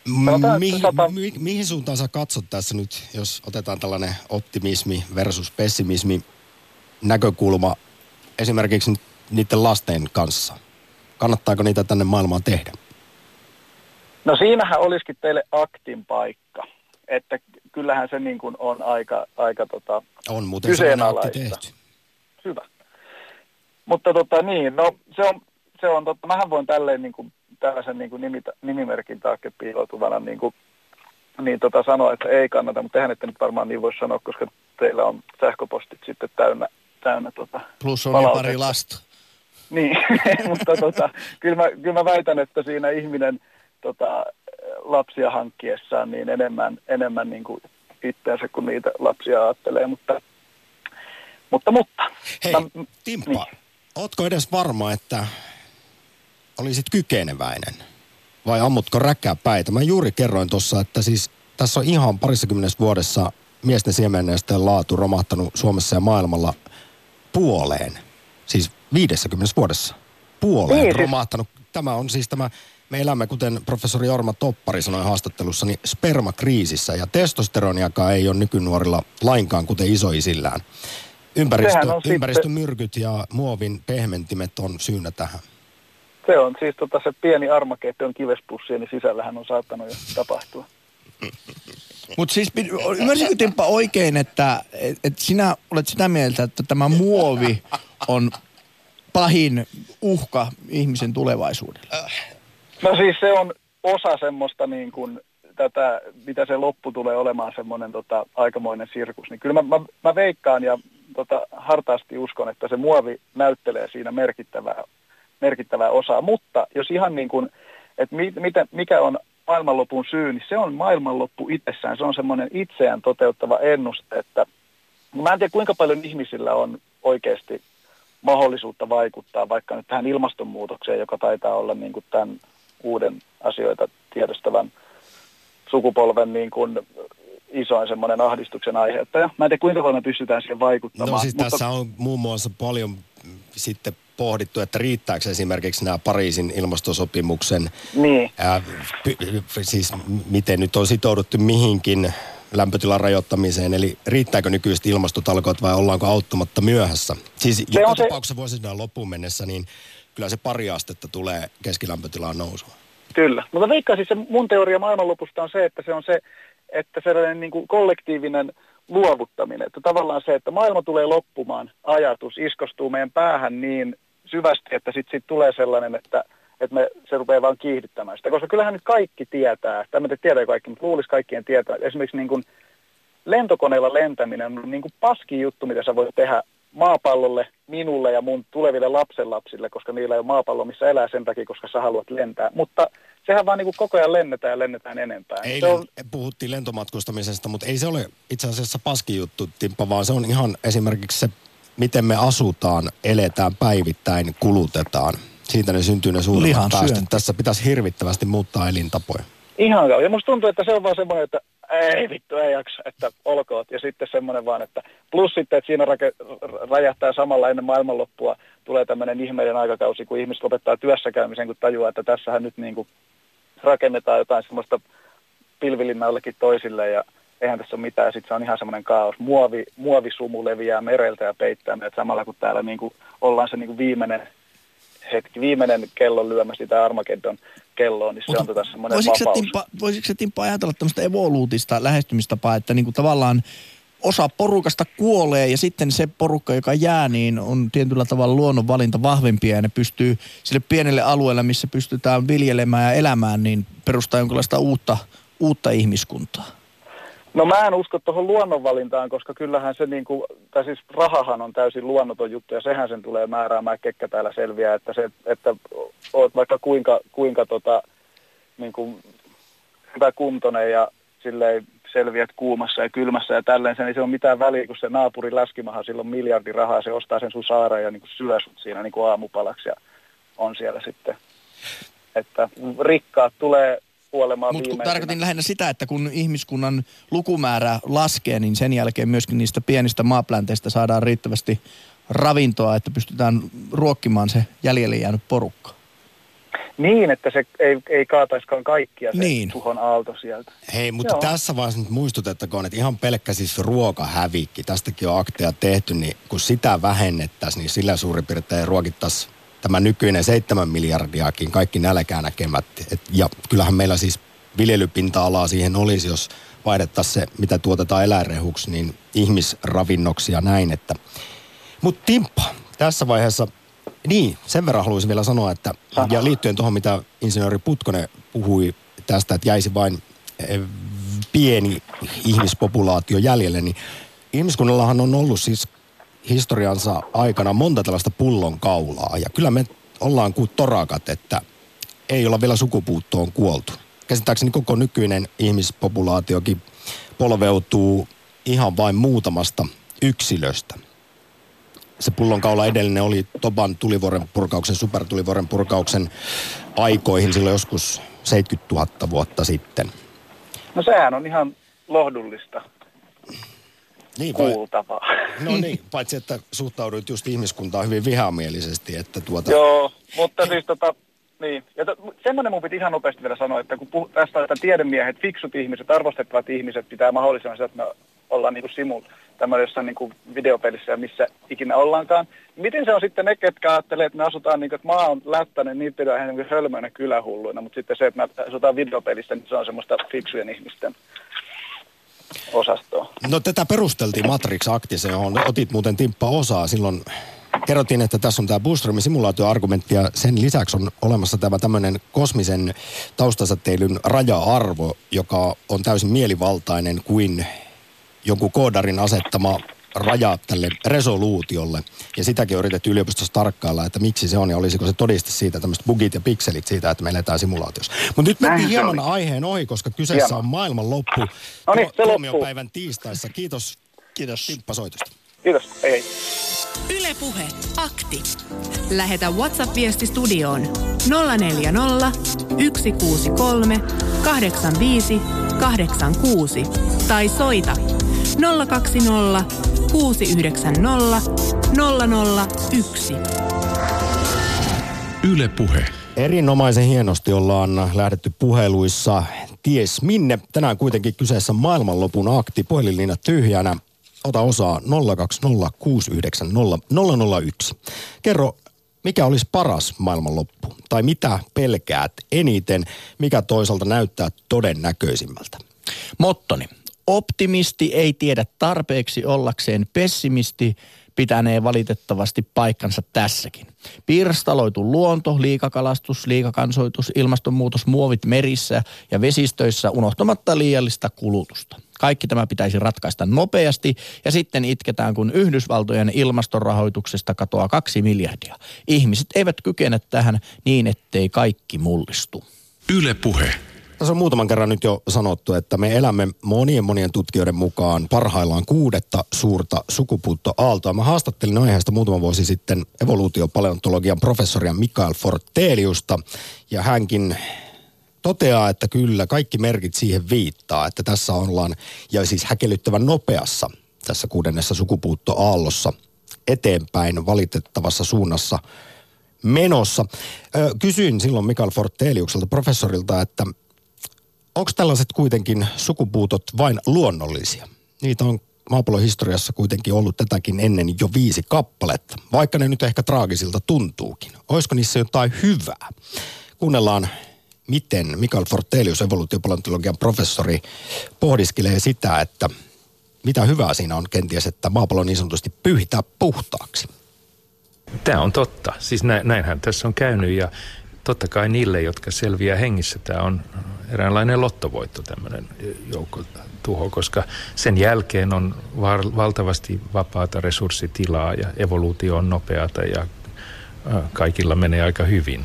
S1: Mihin suuntaan sä katsot tässä nyt, jos otetaan tällainen optimismi versus pessimismi näkökulma esimerkiksi niiden lasten kanssa? Kannattaako niitä tänne maailmaan tehdä?
S8: No siinähän olisikin teille aktin paikka, että kyllähän se niin kuin on aika
S1: on muuten sellainen akti tehty.
S8: Hyvä. Mutta niin, no se on mähän voin tälleen niin kuin tällaisen niin kuin nimimerkin taakke piiloutuvana sanoa, että ei kannata, mutta eihän ette nyt varmaan niin voi sanoa, koska teillä on sähköpostit sitten täynnä
S2: Plus on niin pari lasta.
S8: Niin, mutta kyllä mä väitän, että siinä ihminen lapsia hankkiessaan niin enemmän niin kuin itseänsä kuin niitä lapsia ajattelee, mutta.
S1: Hei, Timppa, niin. Ootko edes varma, että olisit kykeneväinen vai ammutko räkäpäitä? Mä juuri kerroin tuossa, että siis tässä on ihan 20 vuodessa miesten siemenneesten laatu romahtanut Suomessa ja maailmalla puoleen. Siis 50 vuodessa puoleen niin, romahtanut. Tämä on siis me elämme, kuten professori Jorma Toppari sanoi haastattelussa, niin spermakriisissä ja testosteroniakaan ei ole nykynuorilla lainkaan, kuten isoisillään. Ympäristömyrkyt ja muovin pehmentimet on syynä tähän.
S8: Se on siis se pieni Armageddon kivespussieni sisällähän on saattanut jo tapahtua.
S2: Mutta siis ymmärsinkö Timppa oikein, että sinä olet sitä mieltä, että tämä muovi on pahin uhka ihmisen tulevaisuudelle?
S8: No siis se on osa semmoista niin kuin tätä, mitä se loppu tulee olemaan semmoinen aikamoinen sirkus. Niin kyllä mä veikkaan ja hartaasti uskon, että se muovi näyttelee siinä merkittävää osaa. Mutta jos ihan niin kuin, että mikä on maailmanlopun syy, niin se on maailmanloppu itsessään. Se on semmoinen itseään toteuttava ennuste, että mä en tiedä kuinka paljon ihmisillä on oikeasti mahdollisuutta vaikuttaa vaikka nyt tähän ilmastonmuutokseen, joka taitaa olla niin kuin tämän uuden asioita tiedostavan sukupolven niin kuin isoin semmoinen ahdistuksen aiheuttaja. Mä en tiedä kuinka paljon me pystytään siihen vaikuttamaan.
S1: No siis tässä on muun muassa paljon sitten pohdittu, että riittääkö esimerkiksi nämä Pariisin ilmastosopimuksen,
S8: niin.
S1: Siis miten nyt on sitouduttu mihinkin lämpötilan rajoittamiseen, eli riittääkö nykyiset ilmastotalkoot vai ollaanko auttamatta myöhässä? Siis joka tapauksessa vuosisadan loppuun mennessä, niin kyllä se 2 astetta tulee keskilämpötilaan nousua.
S8: Kyllä, mutta veikkaan siis se mun teoria maailmanlopusta on se, että se on se, että sellainen niin kuin kollektiivinen luovuttaminen, että tavallaan se, että maailma tulee loppumaan, ajatus iskostuu meidän päähän niin syvästi, että sitten tulee sellainen, että se rupeaa vaan kiihdyttämään sitä, koska kyllähän nyt kaikki tietää, tämä te tietää kaikki, mutta luulisi kaikkien tietää, esimerkiksi niin kuin lentokoneella lentäminen on niin kuin paskin juttu, mitä sä voit tehdä maapallolle minulle ja mun tuleville lapsenlapsille, koska niillä ei ole maapallo, missä elää sen takia, koska sä haluat lentää. Mutta sehän vaan niin kuin koko ajan lennetään enempää.
S1: Puhuttiin lentomatkustamisesta, mutta ei se ole itse asiassa paskin juttu, Timppa, vaan se on ihan esimerkiksi se, miten me asutaan, eletään päivittäin, kulutetaan. Siitä ne syntyy ne suurimmat päästöt. Tässä pitäisi hirvittävästi muuttaa elintapoja.
S8: Ihan kauan. Ja musta tuntuu, että se on vaan semmoinen, että ei vittu, ei jaksa, että olkoot. Ja sitten semmoinen vaan, että plus sitten, että siinä räjähtää samalla ennen maailmanloppua, tulee tämmöinen ihmeiden aikakausi, kun ihmiset lopettaa työssäkäymisen, kun tajuaa, että tässähän nyt niin kuin rakennetaan jotain semmoista pilvilinnallekin toisille ja eihän tässä ole mitään. Sitten se on ihan semmoinen kaos. Muovisumu leviää mereltä ja peittää meidät samalla, kun täällä niin kuin ollaan se niin kuin viimeinen kello lyömässä sitä Armageddon kelloa, niin se on semmoinen vapaus.
S2: Voisitko se Timppa ajatella tämmöistä evoluutista lähestymistapaa, että niin kuin tavallaan osa porukasta kuolee ja sitten se porukka, joka jää, niin on tietyllä tavalla luonnonvalinta vahvempia ja ne pystyy sille pienelle alueelle, missä pystytään viljelemään ja elämään, niin perustaa jonkinlaista uutta ihmiskuntaa?
S8: No mä en usko tuohon luonnonvalintaan, koska kyllähän se tai siis rahahan on täysin luonnoton juttu ja sehän sen tulee määräämään, kekkä täällä selviää, että oot vaikka kuinka niin kuin hyväkuntoinen ja silleen selviät kuumassa ja kylmässä ja tälleen, niin se on mitään väliä, kun se naapurin läskimaha, sillä on miljardi rahaa, se ostaa sen sun saareen ja niin kuin syö sut siinä niin kuin aamupalaksi ja on siellä sitten, että rikkaat tulee kuolemaan viimeisenä.
S2: Mutta tarkoitin lähinnä sitä, että kun ihmiskunnan lukumäärä laskee, niin sen jälkeen myöskin niistä pienistä maaplänteistä saadaan riittävästi ravintoa, että pystytään ruokkimaan se jäljelle jäänyt porukka.
S8: Niin, että se ei kaataiskaan kaikkia se tuhon aalto sieltä.
S1: Hei, mutta tässä vaiheessa nyt muistutettakoon, että ihan pelkkä siis ruokahävikki, tästäkin on akteja tehty, niin kun sitä vähennettäisiin, niin sillä suurin piirtein ruokittaisiin tämä nykyinen 7 miljardiakin, kaikki nälkää näkemät. Ja kyllähän meillä siis viljelypinta-alaa siihen olisi, jos vaihdettaisiin se, mitä tuotetaan eläinrehuksi, niin ihmisravinnoksi ja näin. Mutta Timppa, tässä vaiheessa, niin sen verran haluaisin vielä sanoa, että ja liittyen tuohon, mitä insinööri Putkonen puhui tästä, että jäisi vain pieni ihmispopulaatio jäljelle, niin ihmiskunnallahan on ollut siis historiansa aikana monta tällaista pullonkaulaa. Ja kyllä me ollaan kuin torakat, että ei olla vielä sukupuuttoon kuoltu. Käsittääkseni koko nykyinen ihmispopulaatiokin polveutuu ihan vain muutamasta yksilöstä. Se pullonkaula edellinen oli Toban tulivuoren purkauksen, supertulivuoren purkauksen aikoihin silloin joskus 70 000 vuotta sitten.
S8: No sehän on ihan lohdullista.
S1: Niin,
S8: kuultavaa.
S1: No niin, paitsi että suhtauduit just ihmiskuntaan hyvin vihamielisesti, että
S8: Joo, mutta siis niin. Ja semmoinen mun piti ihan nopeasti vielä sanoa, että kun tästä että tiedemiehet, fiksut ihmiset, arvostettavat ihmiset pitää mahdollisimman sitä, että me ollaan niin tämmöinen jossain niin videopelissä ja missä ikinä ollaankaan. Miten se on sitten ne, ketkä ajattelee, että me asutaan niin kuin, että maa on lättäinen, niin pidetään ihan niin hölmöinä kylähulluina, mutta sitten se, että me asutaan videopelissä, niin se on semmoista fiksujen ihmisten osastoa.
S1: No tätä perusteltiin Matrix-aktissa, johon otit muuten Timppa osaa. Silloin kerrottiin, että tässä on tämä Booströmin simulaatioargumentti ja sen lisäksi on olemassa tämä tämmöinen kosmisen taustasäteilyn raja-arvo, joka on täysin mielivaltainen kuin jonkun koodarin asettama raja tälle resoluutiolle. Ja sitäkin on yritetty yliopistossa tarkkailla, että miksi se on ja olisiko se todiste siitä, tämmöiset bugit ja pikselit siitä, että me eletään simulaatiossa. Mutta nyt mentiin hieman aiheen ohi, koska kyseessä on maailmanloppu tuomiopäivän tiistaissa. Kiitos Timppa soitosta.
S8: Kiitos, hei.
S3: Yle Puhe, akti. Lähetä WhatsApp-viesti studioon 040 163 85 86 tai soita 020 690 001.
S4: Yle Puhe.
S1: Erinomaisen hienosti ollaan lähdetty puheluissa ties minne. Tänään kuitenkin kyseessä maailmanlopun akti. Puhelinliinat tyhjänä. Ota osaa 020690001. Kerro, mikä olisi paras maailmanloppu? Tai mitä pelkäät eniten? Mikä toisaalta näyttää todennäköisimmältä?
S2: Mottoni. Optimisti ei tiedä tarpeeksi ollakseen pessimisti. pitänee valitettavasti paikkansa tässäkin. Pirstaloitu luonto, liikakalastus, liikakansoitus, ilmastonmuutos, muovit merissä ja vesistöissä unohtamatta liiallista kulutusta. Kaikki tämä pitäisi ratkaista nopeasti ja sitten itketään, kun Yhdysvaltojen ilmastorahoituksesta katoaa 2 miljardia. Ihmiset eivät kykene tähän niin, ettei kaikki mullistu.
S4: Yle Puhe.
S1: Tässä on muutaman kerran nyt jo sanottu, että me elämme monien tutkijoiden mukaan parhaillaan 6. suurta sukupuuttoaaltoa. Mä haastattelin aiheesta muutama vuosi sitten evoluutiopaleontologian professoria Mikael Forteliusta, ja hänkin toteaa, että kyllä kaikki merkit siihen viittaa, että tässä ollaan, ja siis häkellyttävän nopeassa tässä 6. sukupuuttoaallossa eteenpäin valitettavassa suunnassa menossa. Kysyin silloin Mikael Forteliukselta, professorilta, että onko tällaiset kuitenkin sukupuutot vain luonnollisia? Niitä on maapallon historiassa kuitenkin ollut tätäkin ennen jo 5 kappaletta, vaikka ne nyt ehkä traagisilta tuntuukin. Olisiko niissä jotain hyvää? Kuunnellaan, miten Mikael Fortelius, evoluutiopaleontologian professori, pohdiskelee sitä, että mitä hyvää siinä on kenties, että maapallo niin sanotusti pyyhitää puhtaaksi.
S9: Tämä on totta. Siis näinhän tässä on käynyt, ja totta kai niille, jotka selviää hengissä, tämä on eräänlainen lottovoitto, tämmöinen joukkotuho, koska sen jälkeen on valtavasti vapaata resurssitilaa ja evoluutio on nopeata ja kaikilla menee aika hyvin.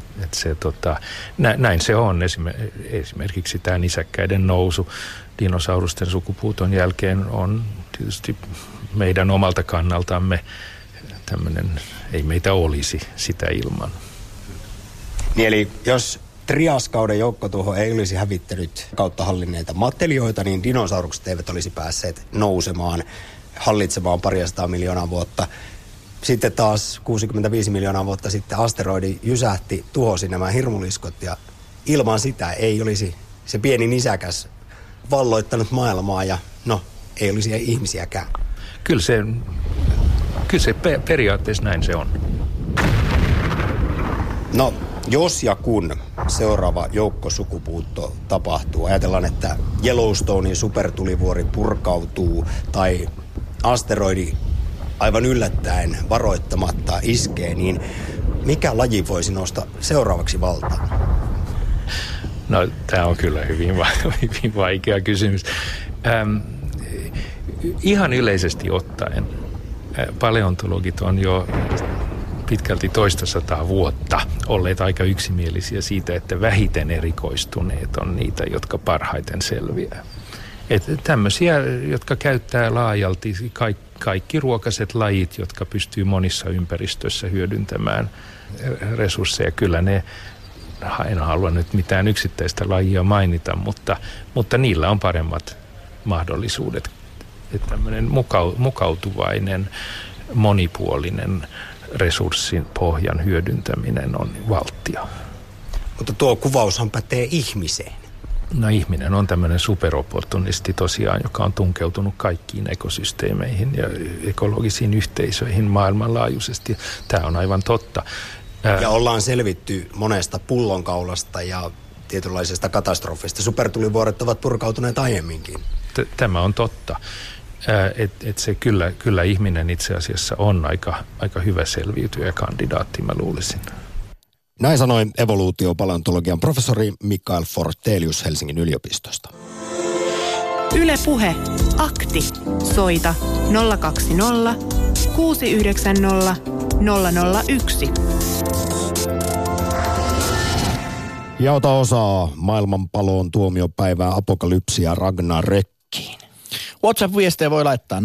S9: Näin se on. Esimerkiksi tämä nisäkkäiden nousu dinosaurusten sukupuuton jälkeen on tietysti meidän omalta kannaltamme tämmöinen, ei meitä olisi sitä ilman.
S1: Niin eli jos triaskauden joukkotuho ei olisi hävittänyt kautta hallinneita matelioita, niin dinosaurukset eivät olisi päässeet nousemaan, hallitsemaan 200 miljoonaa vuotta. Sitten taas 65 miljoonaa vuotta sitten asteroidi jysähti, tuhosi nämä hirmuliskot, ja ilman sitä ei olisi se pieni nisäkäs valloittanut maailmaa, ja ei olisi ihmisiäkään.
S9: Kyllä se periaatteessa näin se on.
S1: No, jos ja kun seuraava joukkosukupuutto tapahtuu, ajatellaan, että Yellowstonein supertulivuori purkautuu tai asteroidi aivan yllättäen varoittamatta iskee, niin mikä laji voisi nousta seuraavaksi valtaan?
S9: No, tämä on kyllä hyvin vaikea kysymys. Ihan yleisesti ottaen paleontologit on jo pitkälti 200 vuotta olleet aika yksimielisiä siitä, että vähiten erikoistuneet on niitä, jotka parhaiten selviää. Että tämmöisiä, jotka käyttää laajalti kaikki ruokaiset lajit, jotka pystyy monissa ympäristöissä hyödyntämään resursseja. Kyllä ne, en halua nyt mitään yksittäistä lajia mainita, mutta niillä on paremmat mahdollisuudet. Että tämmöinen mukautuvainen, monipuolinen resurssin pohjan hyödyntäminen on valttia.
S1: Mutta tuo kuvaushan pätee ihmiseen.
S9: No, ihminen on tämmöinen superopportunisti tosiaan, joka on tunkeutunut kaikkiin ekosysteemeihin ja ekologisiin yhteisöihin maailmanlaajuisesti. Tämä on aivan totta.
S1: Ja ollaan selvitty monesta pullonkaulasta ja tietynlaisesta katastrofista. Supertulivuoret ovat purkautuneet aiemminkin.
S9: Tämä on totta. Se kyllä ihminen itse asiassa on aika hyvä selviytyjä kandidaatti, mä luulisin.
S1: Näin sanoi evoluutiopaleontologian professori Mikael Fortelius Helsingin yliopistosta.
S3: Yle Puhe. Akti. Soita 020 690 001.
S1: Ja ota osaa maailmanpaloon, tuomiopäivää, apokalypsia, Ragnarökkiin.
S2: WhatsApp-viestejä voi laittaa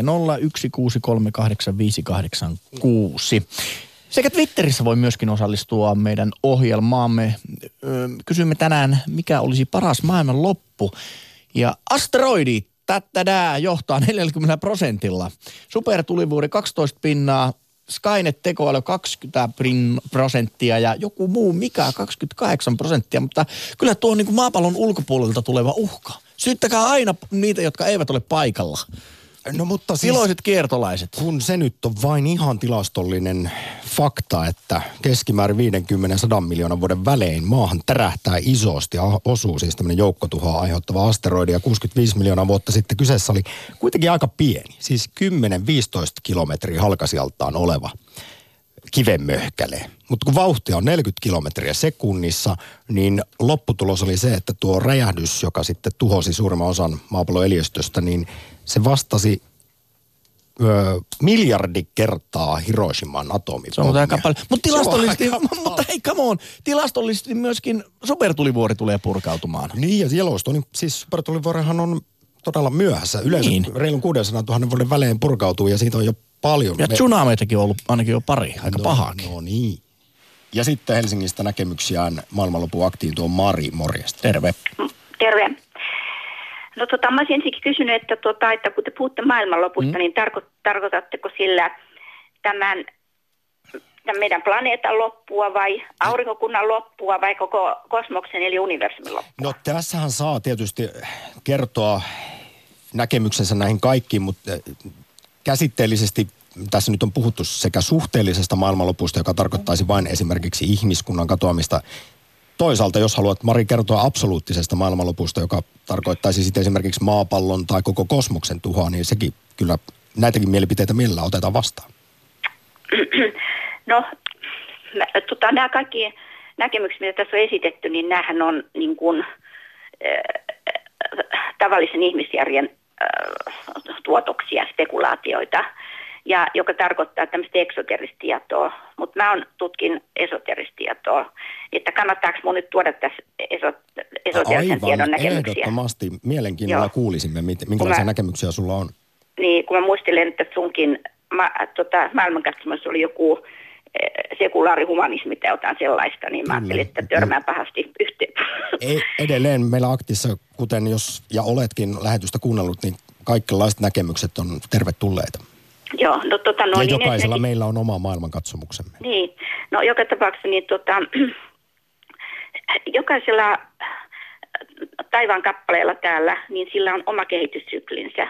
S2: 04016338586. Sekä Twitterissä voi myöskin osallistua meidän ohjelmaamme. Kysymme tänään, mikä olisi paras maailman loppu. Ja asteroidi johtaa 40%. Supertulivuori 12 pinnaa, Skynet tekoäly 20% ja joku muu mikä 28%. Mutta kyllä tuo on niin kuin maapallon ulkopuolelta tuleva uhka. Syyttäkää aina niitä, jotka eivät ole paikalla.
S1: No mutta siis,
S2: iloiset kiertolaiset.
S1: Kun se nyt on vain ihan tilastollinen fakta, että keskimäärin 50-100 miljoonan vuoden välein maahan tärähtää isosti ja osuu siis tämmöinen joukkotuhoa aiheuttava asteroidi. Ja 65 miljoonaa vuotta sitten kyseessä oli kuitenkin aika pieni, siis 10-15 kilometriä halkasijaltaan oleva kivenmöhkäle. Mutta kun vauhtia on 40 kilometriä sekunnissa, niin lopputulos oli se, että tuo räjähdys, joka sitten tuhosi suurimman osan maapallon eliöstöstä, niin se vastasi miljardi kertaa Hiroshiman atomipommia.
S2: Se on aika paljon. Mutta hei, come on, tilastollisesti myöskin supertulivuori tulee purkautumaan.
S1: Niin, ja Yellowstone, siis supertulivuorihan on todella myöhässä. Yleensä reilun 600 000 vuoden välein purkautuu, ja siitä on jo paljon.
S2: Ja tsunameitakin on ollut ainakin jo pari, aika pahaakin.
S1: No niin. Ja sitten Helsingistä näkemyksiään maailmanlopun aktiin tuo Mari, morjesta.
S2: Terve.
S10: Terve. No mä olisin ensinnäkin kysynyt, että kun te puhutte maailmanlopusta, niin tarkoitatteko sillä tämän meidän planeetan loppua vai aurinkokunnan loppua vai koko kosmoksen eli universumin loppua?
S1: No tässähän saa tietysti kertoa näkemyksensä näihin kaikkiin, mutta käsitteellisesti tässä nyt on puhuttu sekä suhteellisesta maailmanlopusta, joka tarkoittaisi vain esimerkiksi ihmiskunnan katoamista. Toisaalta, jos haluat, Mari, kertoa absoluuttisesta maailmanlopusta, joka tarkoittaisi sitten esimerkiksi maapallon tai koko kosmoksen tuhoa, niin sekin kyllä, näitäkin mielipiteitä mielellään otetaan vastaan.
S10: No, nämä kaikki näkemykset, mitä tässä on esitetty, niin näähän on niin kuin, tavallisen ihmisjärjen tuotoksia, spekulaatioita, ja joka tarkoittaa tämmöistä eksoteristietoa, mutta mä tutkin esoteristietoa, että kannattaako mun nyt tuoda tässä esoterisen tiedon näkemyksiä?
S1: Ehdottomasti. Mielenkiinnolla kuulisimme, minkälaisia näkemyksiä sulla on.
S10: Niin, kun mä muistelen, että sunkin maailmankatsomassa oli joku sekulaarihumanismi tai jotain sellaista, niin mä ajattelin, että törmään pahasti yhteen.
S1: Edelleen meillä Aktissa, kuten jos ja oletkin lähetystä kuunnellut, niin kaikenlaiset näkemykset on tervetulleita.
S10: Joo, no
S1: ja niin, jokaisella meillä on oma maailmankatsomuksemme.
S10: Niin, no joka tapauksessa niin jokaisella taivaan kappaleella täällä, niin sillä on oma kehityssyklinsä.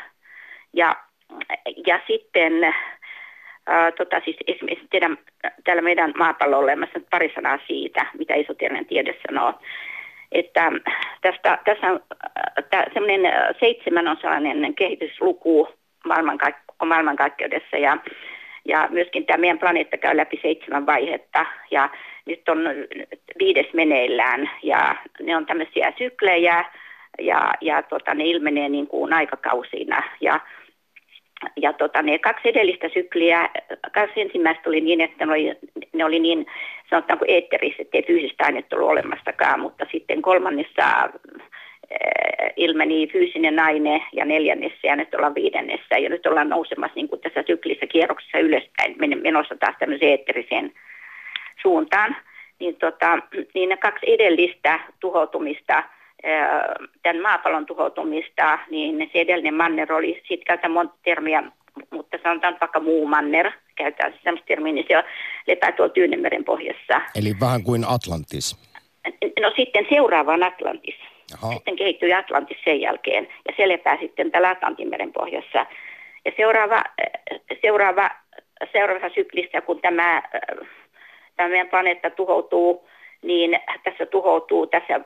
S10: Ja sitten siis esimerkiksi täällä meidän maapallolla on olemassa pari sanaa siitä, mitä esoterinen tiede sanoo. Että tässä on semmoinen 7-osainen kehitysluku maailmankaikkeudessa ja myöskin tämä meidän planeetta käy läpi 7 vaihetta ja nyt on 5 meneillään ja ne on tämmöisiä syklejä ja ne ilmenee niin kuin aikakausina ja ne 2 edellistä sykliä, 2 ensimmäistä oli niin, että ne oli niin sanotaanko eetterissä, ettei fyysistä ainetta ollut olemassakaan, mutta sitten 3. ilmeni fyysinen aine ja 4. ja nyt ollaan 5. ja nyt ollaan nousemassa niin kuin tässä syklissä kierroksessa ylöspäin, menossa taas tämmöiseen eetteriseen suuntaan. Niin ne 2 edellistä tuhoutumista, tämän maapallon tuhoutumista, niin se edellinen manner oli, siitä käytetään monta termiä, mutta sanotaan vaikka muu manner, käytetään sellaista termiä, niin se lepää tuolla Tyynenmeren pohjassa.
S1: Eli vähän kuin Atlantis.
S10: No sitten seuraava on Atlantis.
S1: Aha.
S10: Sitten kehittyi Atlantis sen jälkeen ja se lepää sitten tällä Atlantinmeren pohjassa. Ja seuraavassa syklissä, kun tämä meidän planeetta tuhoutuu, niin tässä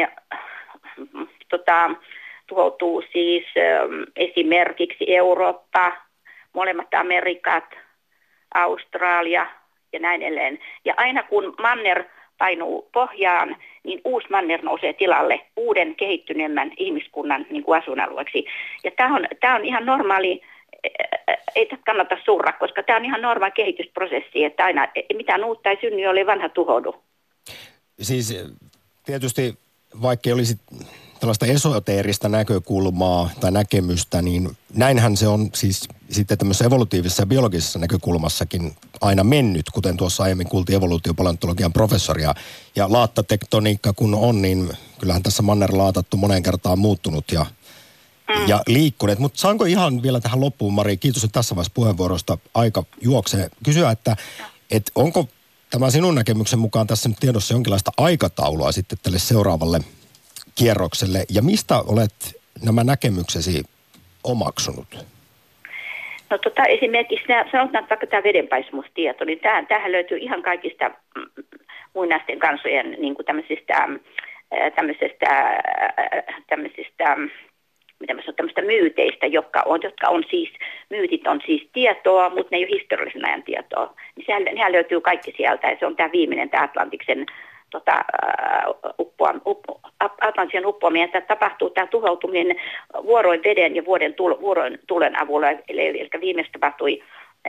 S10: tuhoutuu siis esimerkiksi Eurooppa, molemmat Amerikat, Australia ja näin edelleen. Ja aina kun manner painuu pohjaan, niin uusi manner nousee tilalle uuden kehittyneemmän ihmiskunnan niin kuin asuinalueeksi. Ja tämä on ihan normaali, ei tätä kannata surra, koska tämä on ihan normaali kehitysprosessi, että aina mitään uutta ei synny, jollei vanha tuhoudu.
S1: Siis tietysti vaikka ei olisi tällaista esoteerista näkökulmaa tai näkemystä, niin näinhän se on siis sitten tämmöisessä evolutiivisessa ja biologisessa näkökulmassakin aina mennyt, kuten tuossa aiemmin kuultiin evoluutiopaleontologian professoria. Ja laattatektoniikka kun on, niin kyllähän tässä mannerlaatattu moneen kertaan muuttunut ja liikkuneet. Mutta saanko ihan vielä tähän loppuun, Mari, kiitos nyt tässä vaiheessa puheenvuorosta, aika juoksee, kysyä, että onko tämä sinun näkemyksen mukaan tässä nyt tiedossa jonkinlaista aikataulua sitten tälle seuraavalle kierrokselle, ja mistä olet nämä näkemyksesi omaksunut?
S10: No esimerkiksi sanotaan vaikka tämä vedenpaisumustieto, niin tämähän löytyy ihan kaikista muinaisten kansojen niin kuin tämmöisistä myyteistä, jotka on siis, myytit on siis tietoa, mutta ne ei ole historiallisen ajan tietoa. Niin nehän löytyy kaikki sieltä, ja se on tämä viimeinen, tämä Atlantiksen Atlantin uppoaminen, että tapahtuu tämä tuhoutuminen vuoroin veden ja vuoroin tulen avulla, eli viimeistä tapahtui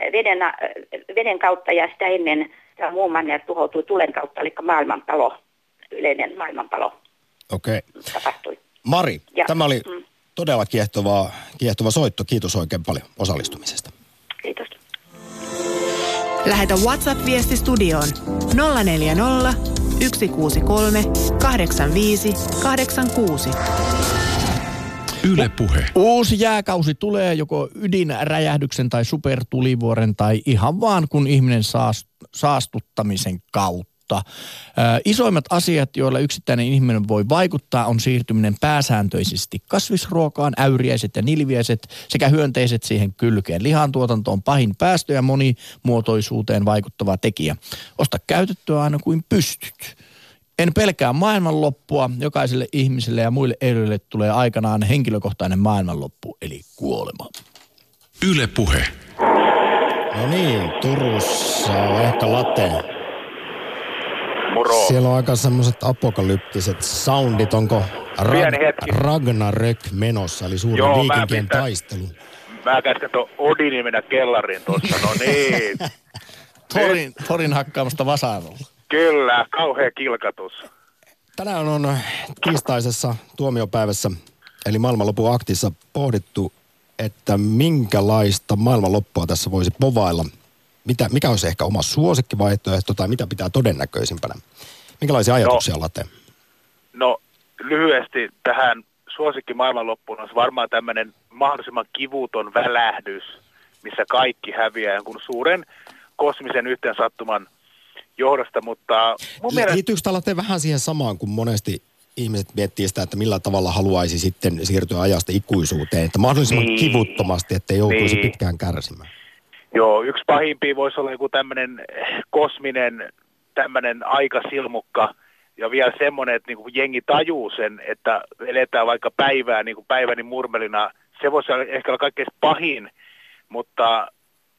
S10: veden kautta, ja sitä ennen tämä muu manner tuhoutui tulen kautta, eli yleinen maailmanpalo tapahtui.
S1: Mari, tämä oli todella kiehtova soitto. Kiitos oikein paljon osallistumisesta.
S10: Kiitos.
S3: Lähetä WhatsApp-viesti studioon 040 163 85 86.
S4: Yle Puhe.
S2: Uusi jääkausi tulee joko ydinräjähdyksen tai supertulivuoren tai ihan vaan kun ihminen saastuttamisen kautta. Isoimmat asiat, joilla yksittäinen ihminen voi vaikuttaa, on siirtyminen pääsääntöisesti kasvisruokaan, äyriäiset ja nilviäiset sekä hyönteiset siihen kylkeen. Lihantuotanto on pahin päästö- ja monimuotoisuuteen vaikuttava tekijä. Osta käytettyä aina kuin pystyt. En pelkää maailmanloppua. Jokaiselle ihmiselle ja muille eliöille tulee aikanaan henkilökohtainen maailmanloppu, eli kuolema.
S4: Yle Puhe.
S1: No niin, Turussa on ehkä late.
S11: Moro.
S1: Siellä on aika semmoiset apokalyptiset soundit. Onko Ragnarök menossa, eli suuren viikinkien taistelu?
S11: Mä käsken tuon Odinin mennä kellariin tuossa, no niin.
S2: Thorin hakkaamasta vasarolla.
S11: Kyllä, kauhea kilkatus.
S1: Tänään on tiistaisessa tuomiopäivässä, eli maailmanlopun aktissa pohdittu, että minkälaista maailmanloppua tässä voisi povailla. Mikä olisi ehkä oma suosikkivaihtoehto tai mitä pitää todennäköisimpänä? Minkälaisia ajatuksia, Late?
S11: No lyhyesti tähän suosikkimaailmanloppuun olisi varmaan tämmöinen mahdollisimman kivuton välähdys, missä kaikki häviää jonkun suuren kosmisen yhteensattuman johdosta, mutta mun mielestä...
S1: Liittyykö tämä Late vähän siihen samaan, kun monesti ihmiset miettii sitä, että millä tavalla haluaisi sitten siirtyä ajasta ikuisuuteen, että mahdollisimman kivuttomasti, ettei joutuisi pitkään kärsimään?
S11: Joo, yksi pahimpia voisi olla joku tämmöinen kosminen tämmöinen aikasilmukka ja vielä semmoinen, että niinku jengi tajuu sen, että eletään vaikka päivää niin kuin päiväni murmelina. Se voisi ehkä olla kaikkein pahin, mutta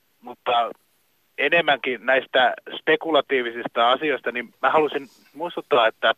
S11: enemmänkin näistä spekulatiivisista asioista, niin mä haluaisin muistuttaa, että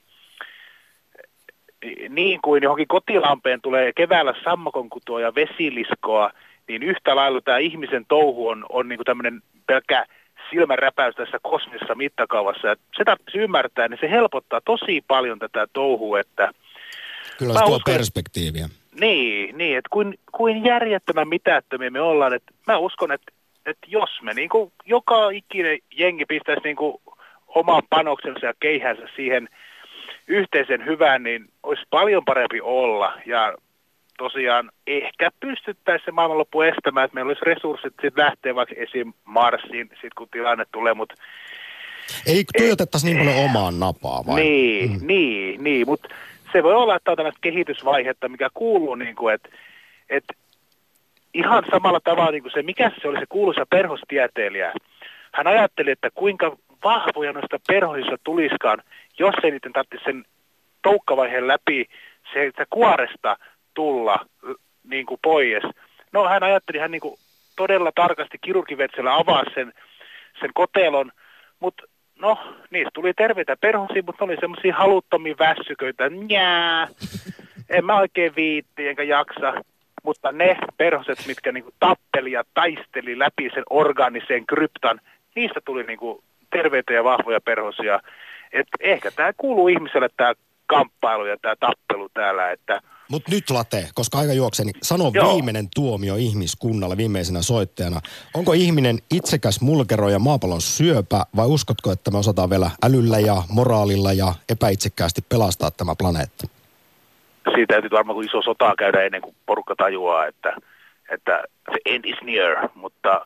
S11: niin kuin johonkin kotilampeen tulee keväällä sammakonkutoa ja vesiliskoa, niin yhtä lailla tämä ihmisen touhu on niin kuin tämmöinen pelkkä silmänräpäys tässä kosmisessa mittakaavassa. Ja se tarvitsisi ymmärtää, niin se helpottaa tosi paljon tätä touhua, että...
S1: Kyllä se tuo perspektiiviä.
S11: Niin, että kuin järjettömän mitättömiä me ollaan. Että mä uskon, että jos me niin kuin joka ikinen jengi pistäisi niin kuin oman panoksensa ja keihänsä siihen yhteisen hyvään, niin olisi paljon parempi olla. Ja tosiaan ehkä pystyttäisiin se maailmanloppu estämään, että meillä olisi resurssit sitten lähteä vaikka esim. Marsiin, sit kun tilanne tulee, mutta...
S1: Ei tuijotettaisiin niin paljon omaan napaa vai?
S11: Niin, mutta se voi olla, että on tämmöistä kehitysvaihetta, mikä kuuluu niin kuin, että ihan samalla tavalla niin kuin se, mikä se oli se kuuluisa perhostieteilijä. Hän ajatteli, että kuinka vahvoja noista perhoisista tuliskaan, jos ei niiden tarvitsisi sen toukkavaiheen läpi se kuoresta tulla niin kuin pois. No hän ajatteli, hän niin kuin todella tarkasti kirurgivetsellä avasi sen kotelon, mutta no niistä tuli terveitä perhosia, mutta ne oli semmoisia haluttomia väsyköitä. En mä oikein viitti enkä jaksa, mutta ne perhoset, mitkä niin kuin tappeli ja taisteli läpi sen orgaanisen kryptan, niistä tuli niin kuin terveitä ja vahvoja perhosia. Et ehkä tämä kuuluu ihmiselle tämä kamppailu ja tämä tappelu täällä, että...
S1: Mutta nyt Late, koska aika juoksee, niin sano viimeinen tuomio ihmiskunnalle viimeisenä soittajana. Onko ihminen itsekäs mulkero ja maapallon syöpä vai uskotko, että me osataan vielä älyllä ja moraalilla ja epäitsekkäästi pelastaa tämä planeetta?
S11: Siitä täytyy varmaan kun iso sotaa käydä ennen kuin porukka tajuaa, että the end is near, mutta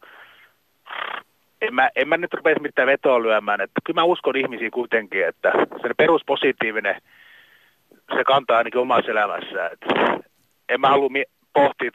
S11: en mä nyt rupesi mitään vetoa lyömään, että kyllä mä uskon ihmisiä kuitenkin, että se peruspositiivinen se kantaa ainakin omassa elämässä. En mä halua pohtia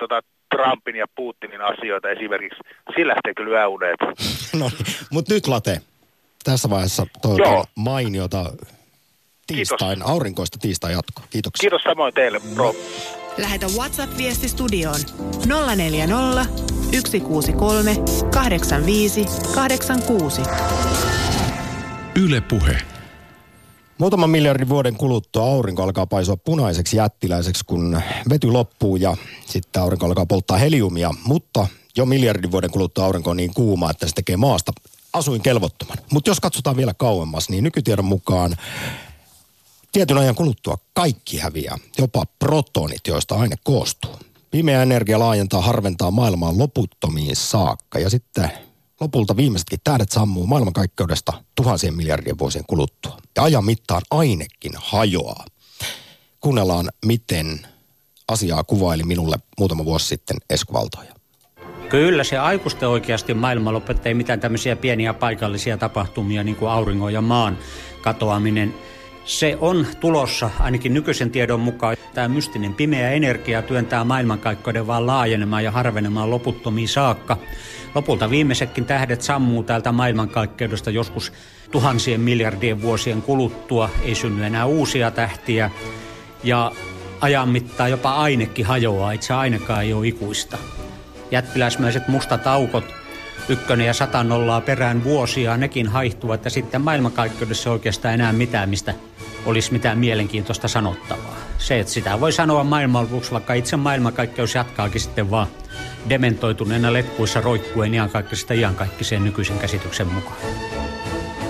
S11: Trumpin ja Putinin asioita esimerkiksi. Sillä lähtee kyllä yöuneet.
S1: No niin, mutta nyt Late, tässä vaiheessa toivotan mainiota tiistain, aurinkoista tiistain jatkoa. Kiitoksia.
S11: Kiitos samoin teille, bro.
S3: Lähetä WhatsApp-viesti studioon 040 163 85 86.
S4: Yle Puhe.
S1: Muutaman miljardin vuoden kuluttua aurinko alkaa paisua punaiseksi jättiläiseksi, kun vety loppuu ja sitten aurinko alkaa polttaa heliumia. Mutta jo miljardin vuoden kuluttua aurinko on niin kuuma, että se tekee maasta asuinkelvottoman. Mutta jos katsotaan vielä kauemmas, niin nykytiedon mukaan tietyn ajan kuluttua kaikki häviää, jopa protonit, joista aine koostuu. Pimeä energia laajentaa, harventaa maailmaa loputtomiin saakka ja sitten lopulta viimeisetkin tähdet sammuu maailmankaikkeudesta tuhansien miljardien vuosien kuluttua. Ja ajan mittaan ainekin hajoaa. Kuunnellaan, miten asiaa kuvaili minulle muutama vuosi sitten Esko Valtaoja.
S5: Kyllä se aikuisten oikeasti maailmanloppu, ei mitään tämmöisiä pieniä paikallisia tapahtumia niin kuin auringon ja maan katoaminen. Se on tulossa ainakin nykyisen tiedon mukaan. Tämä mystinen pimeä energia työntää maailmankaikkeuden vaan laajenemaan ja harvenemaan loputtomiin saakka. Lopulta viimeisetkin tähdet sammuu täältä maailmankaikkeudesta joskus tuhansien miljardien vuosien kuluttua. Ei synny enää uusia tähtiä ja ajan mittaan jopa ainekin hajoaa. Itse ainekaan ei ole ikuista. Jättiläismäiset mustat aukot, 1 ja 100 nollaa perään vuosia, nekin haihtuvat ja sitten maailmankaikkeudessa oikeastaan enää mitään, mistä olisi mitään mielenkiintoista sanottavaa. Se, että sitä voi sanoa maailmanlopuksi, vaikka itse maailmankaikkeus jatkaakin sitten vaan dementoituneena letkuissa roikkuen iankaikkiseen nykyisen käsityksen mukaan.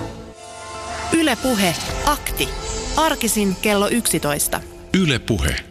S3: Yle Puhe, akti. Arkisin kello 11.
S4: Yle Puhe.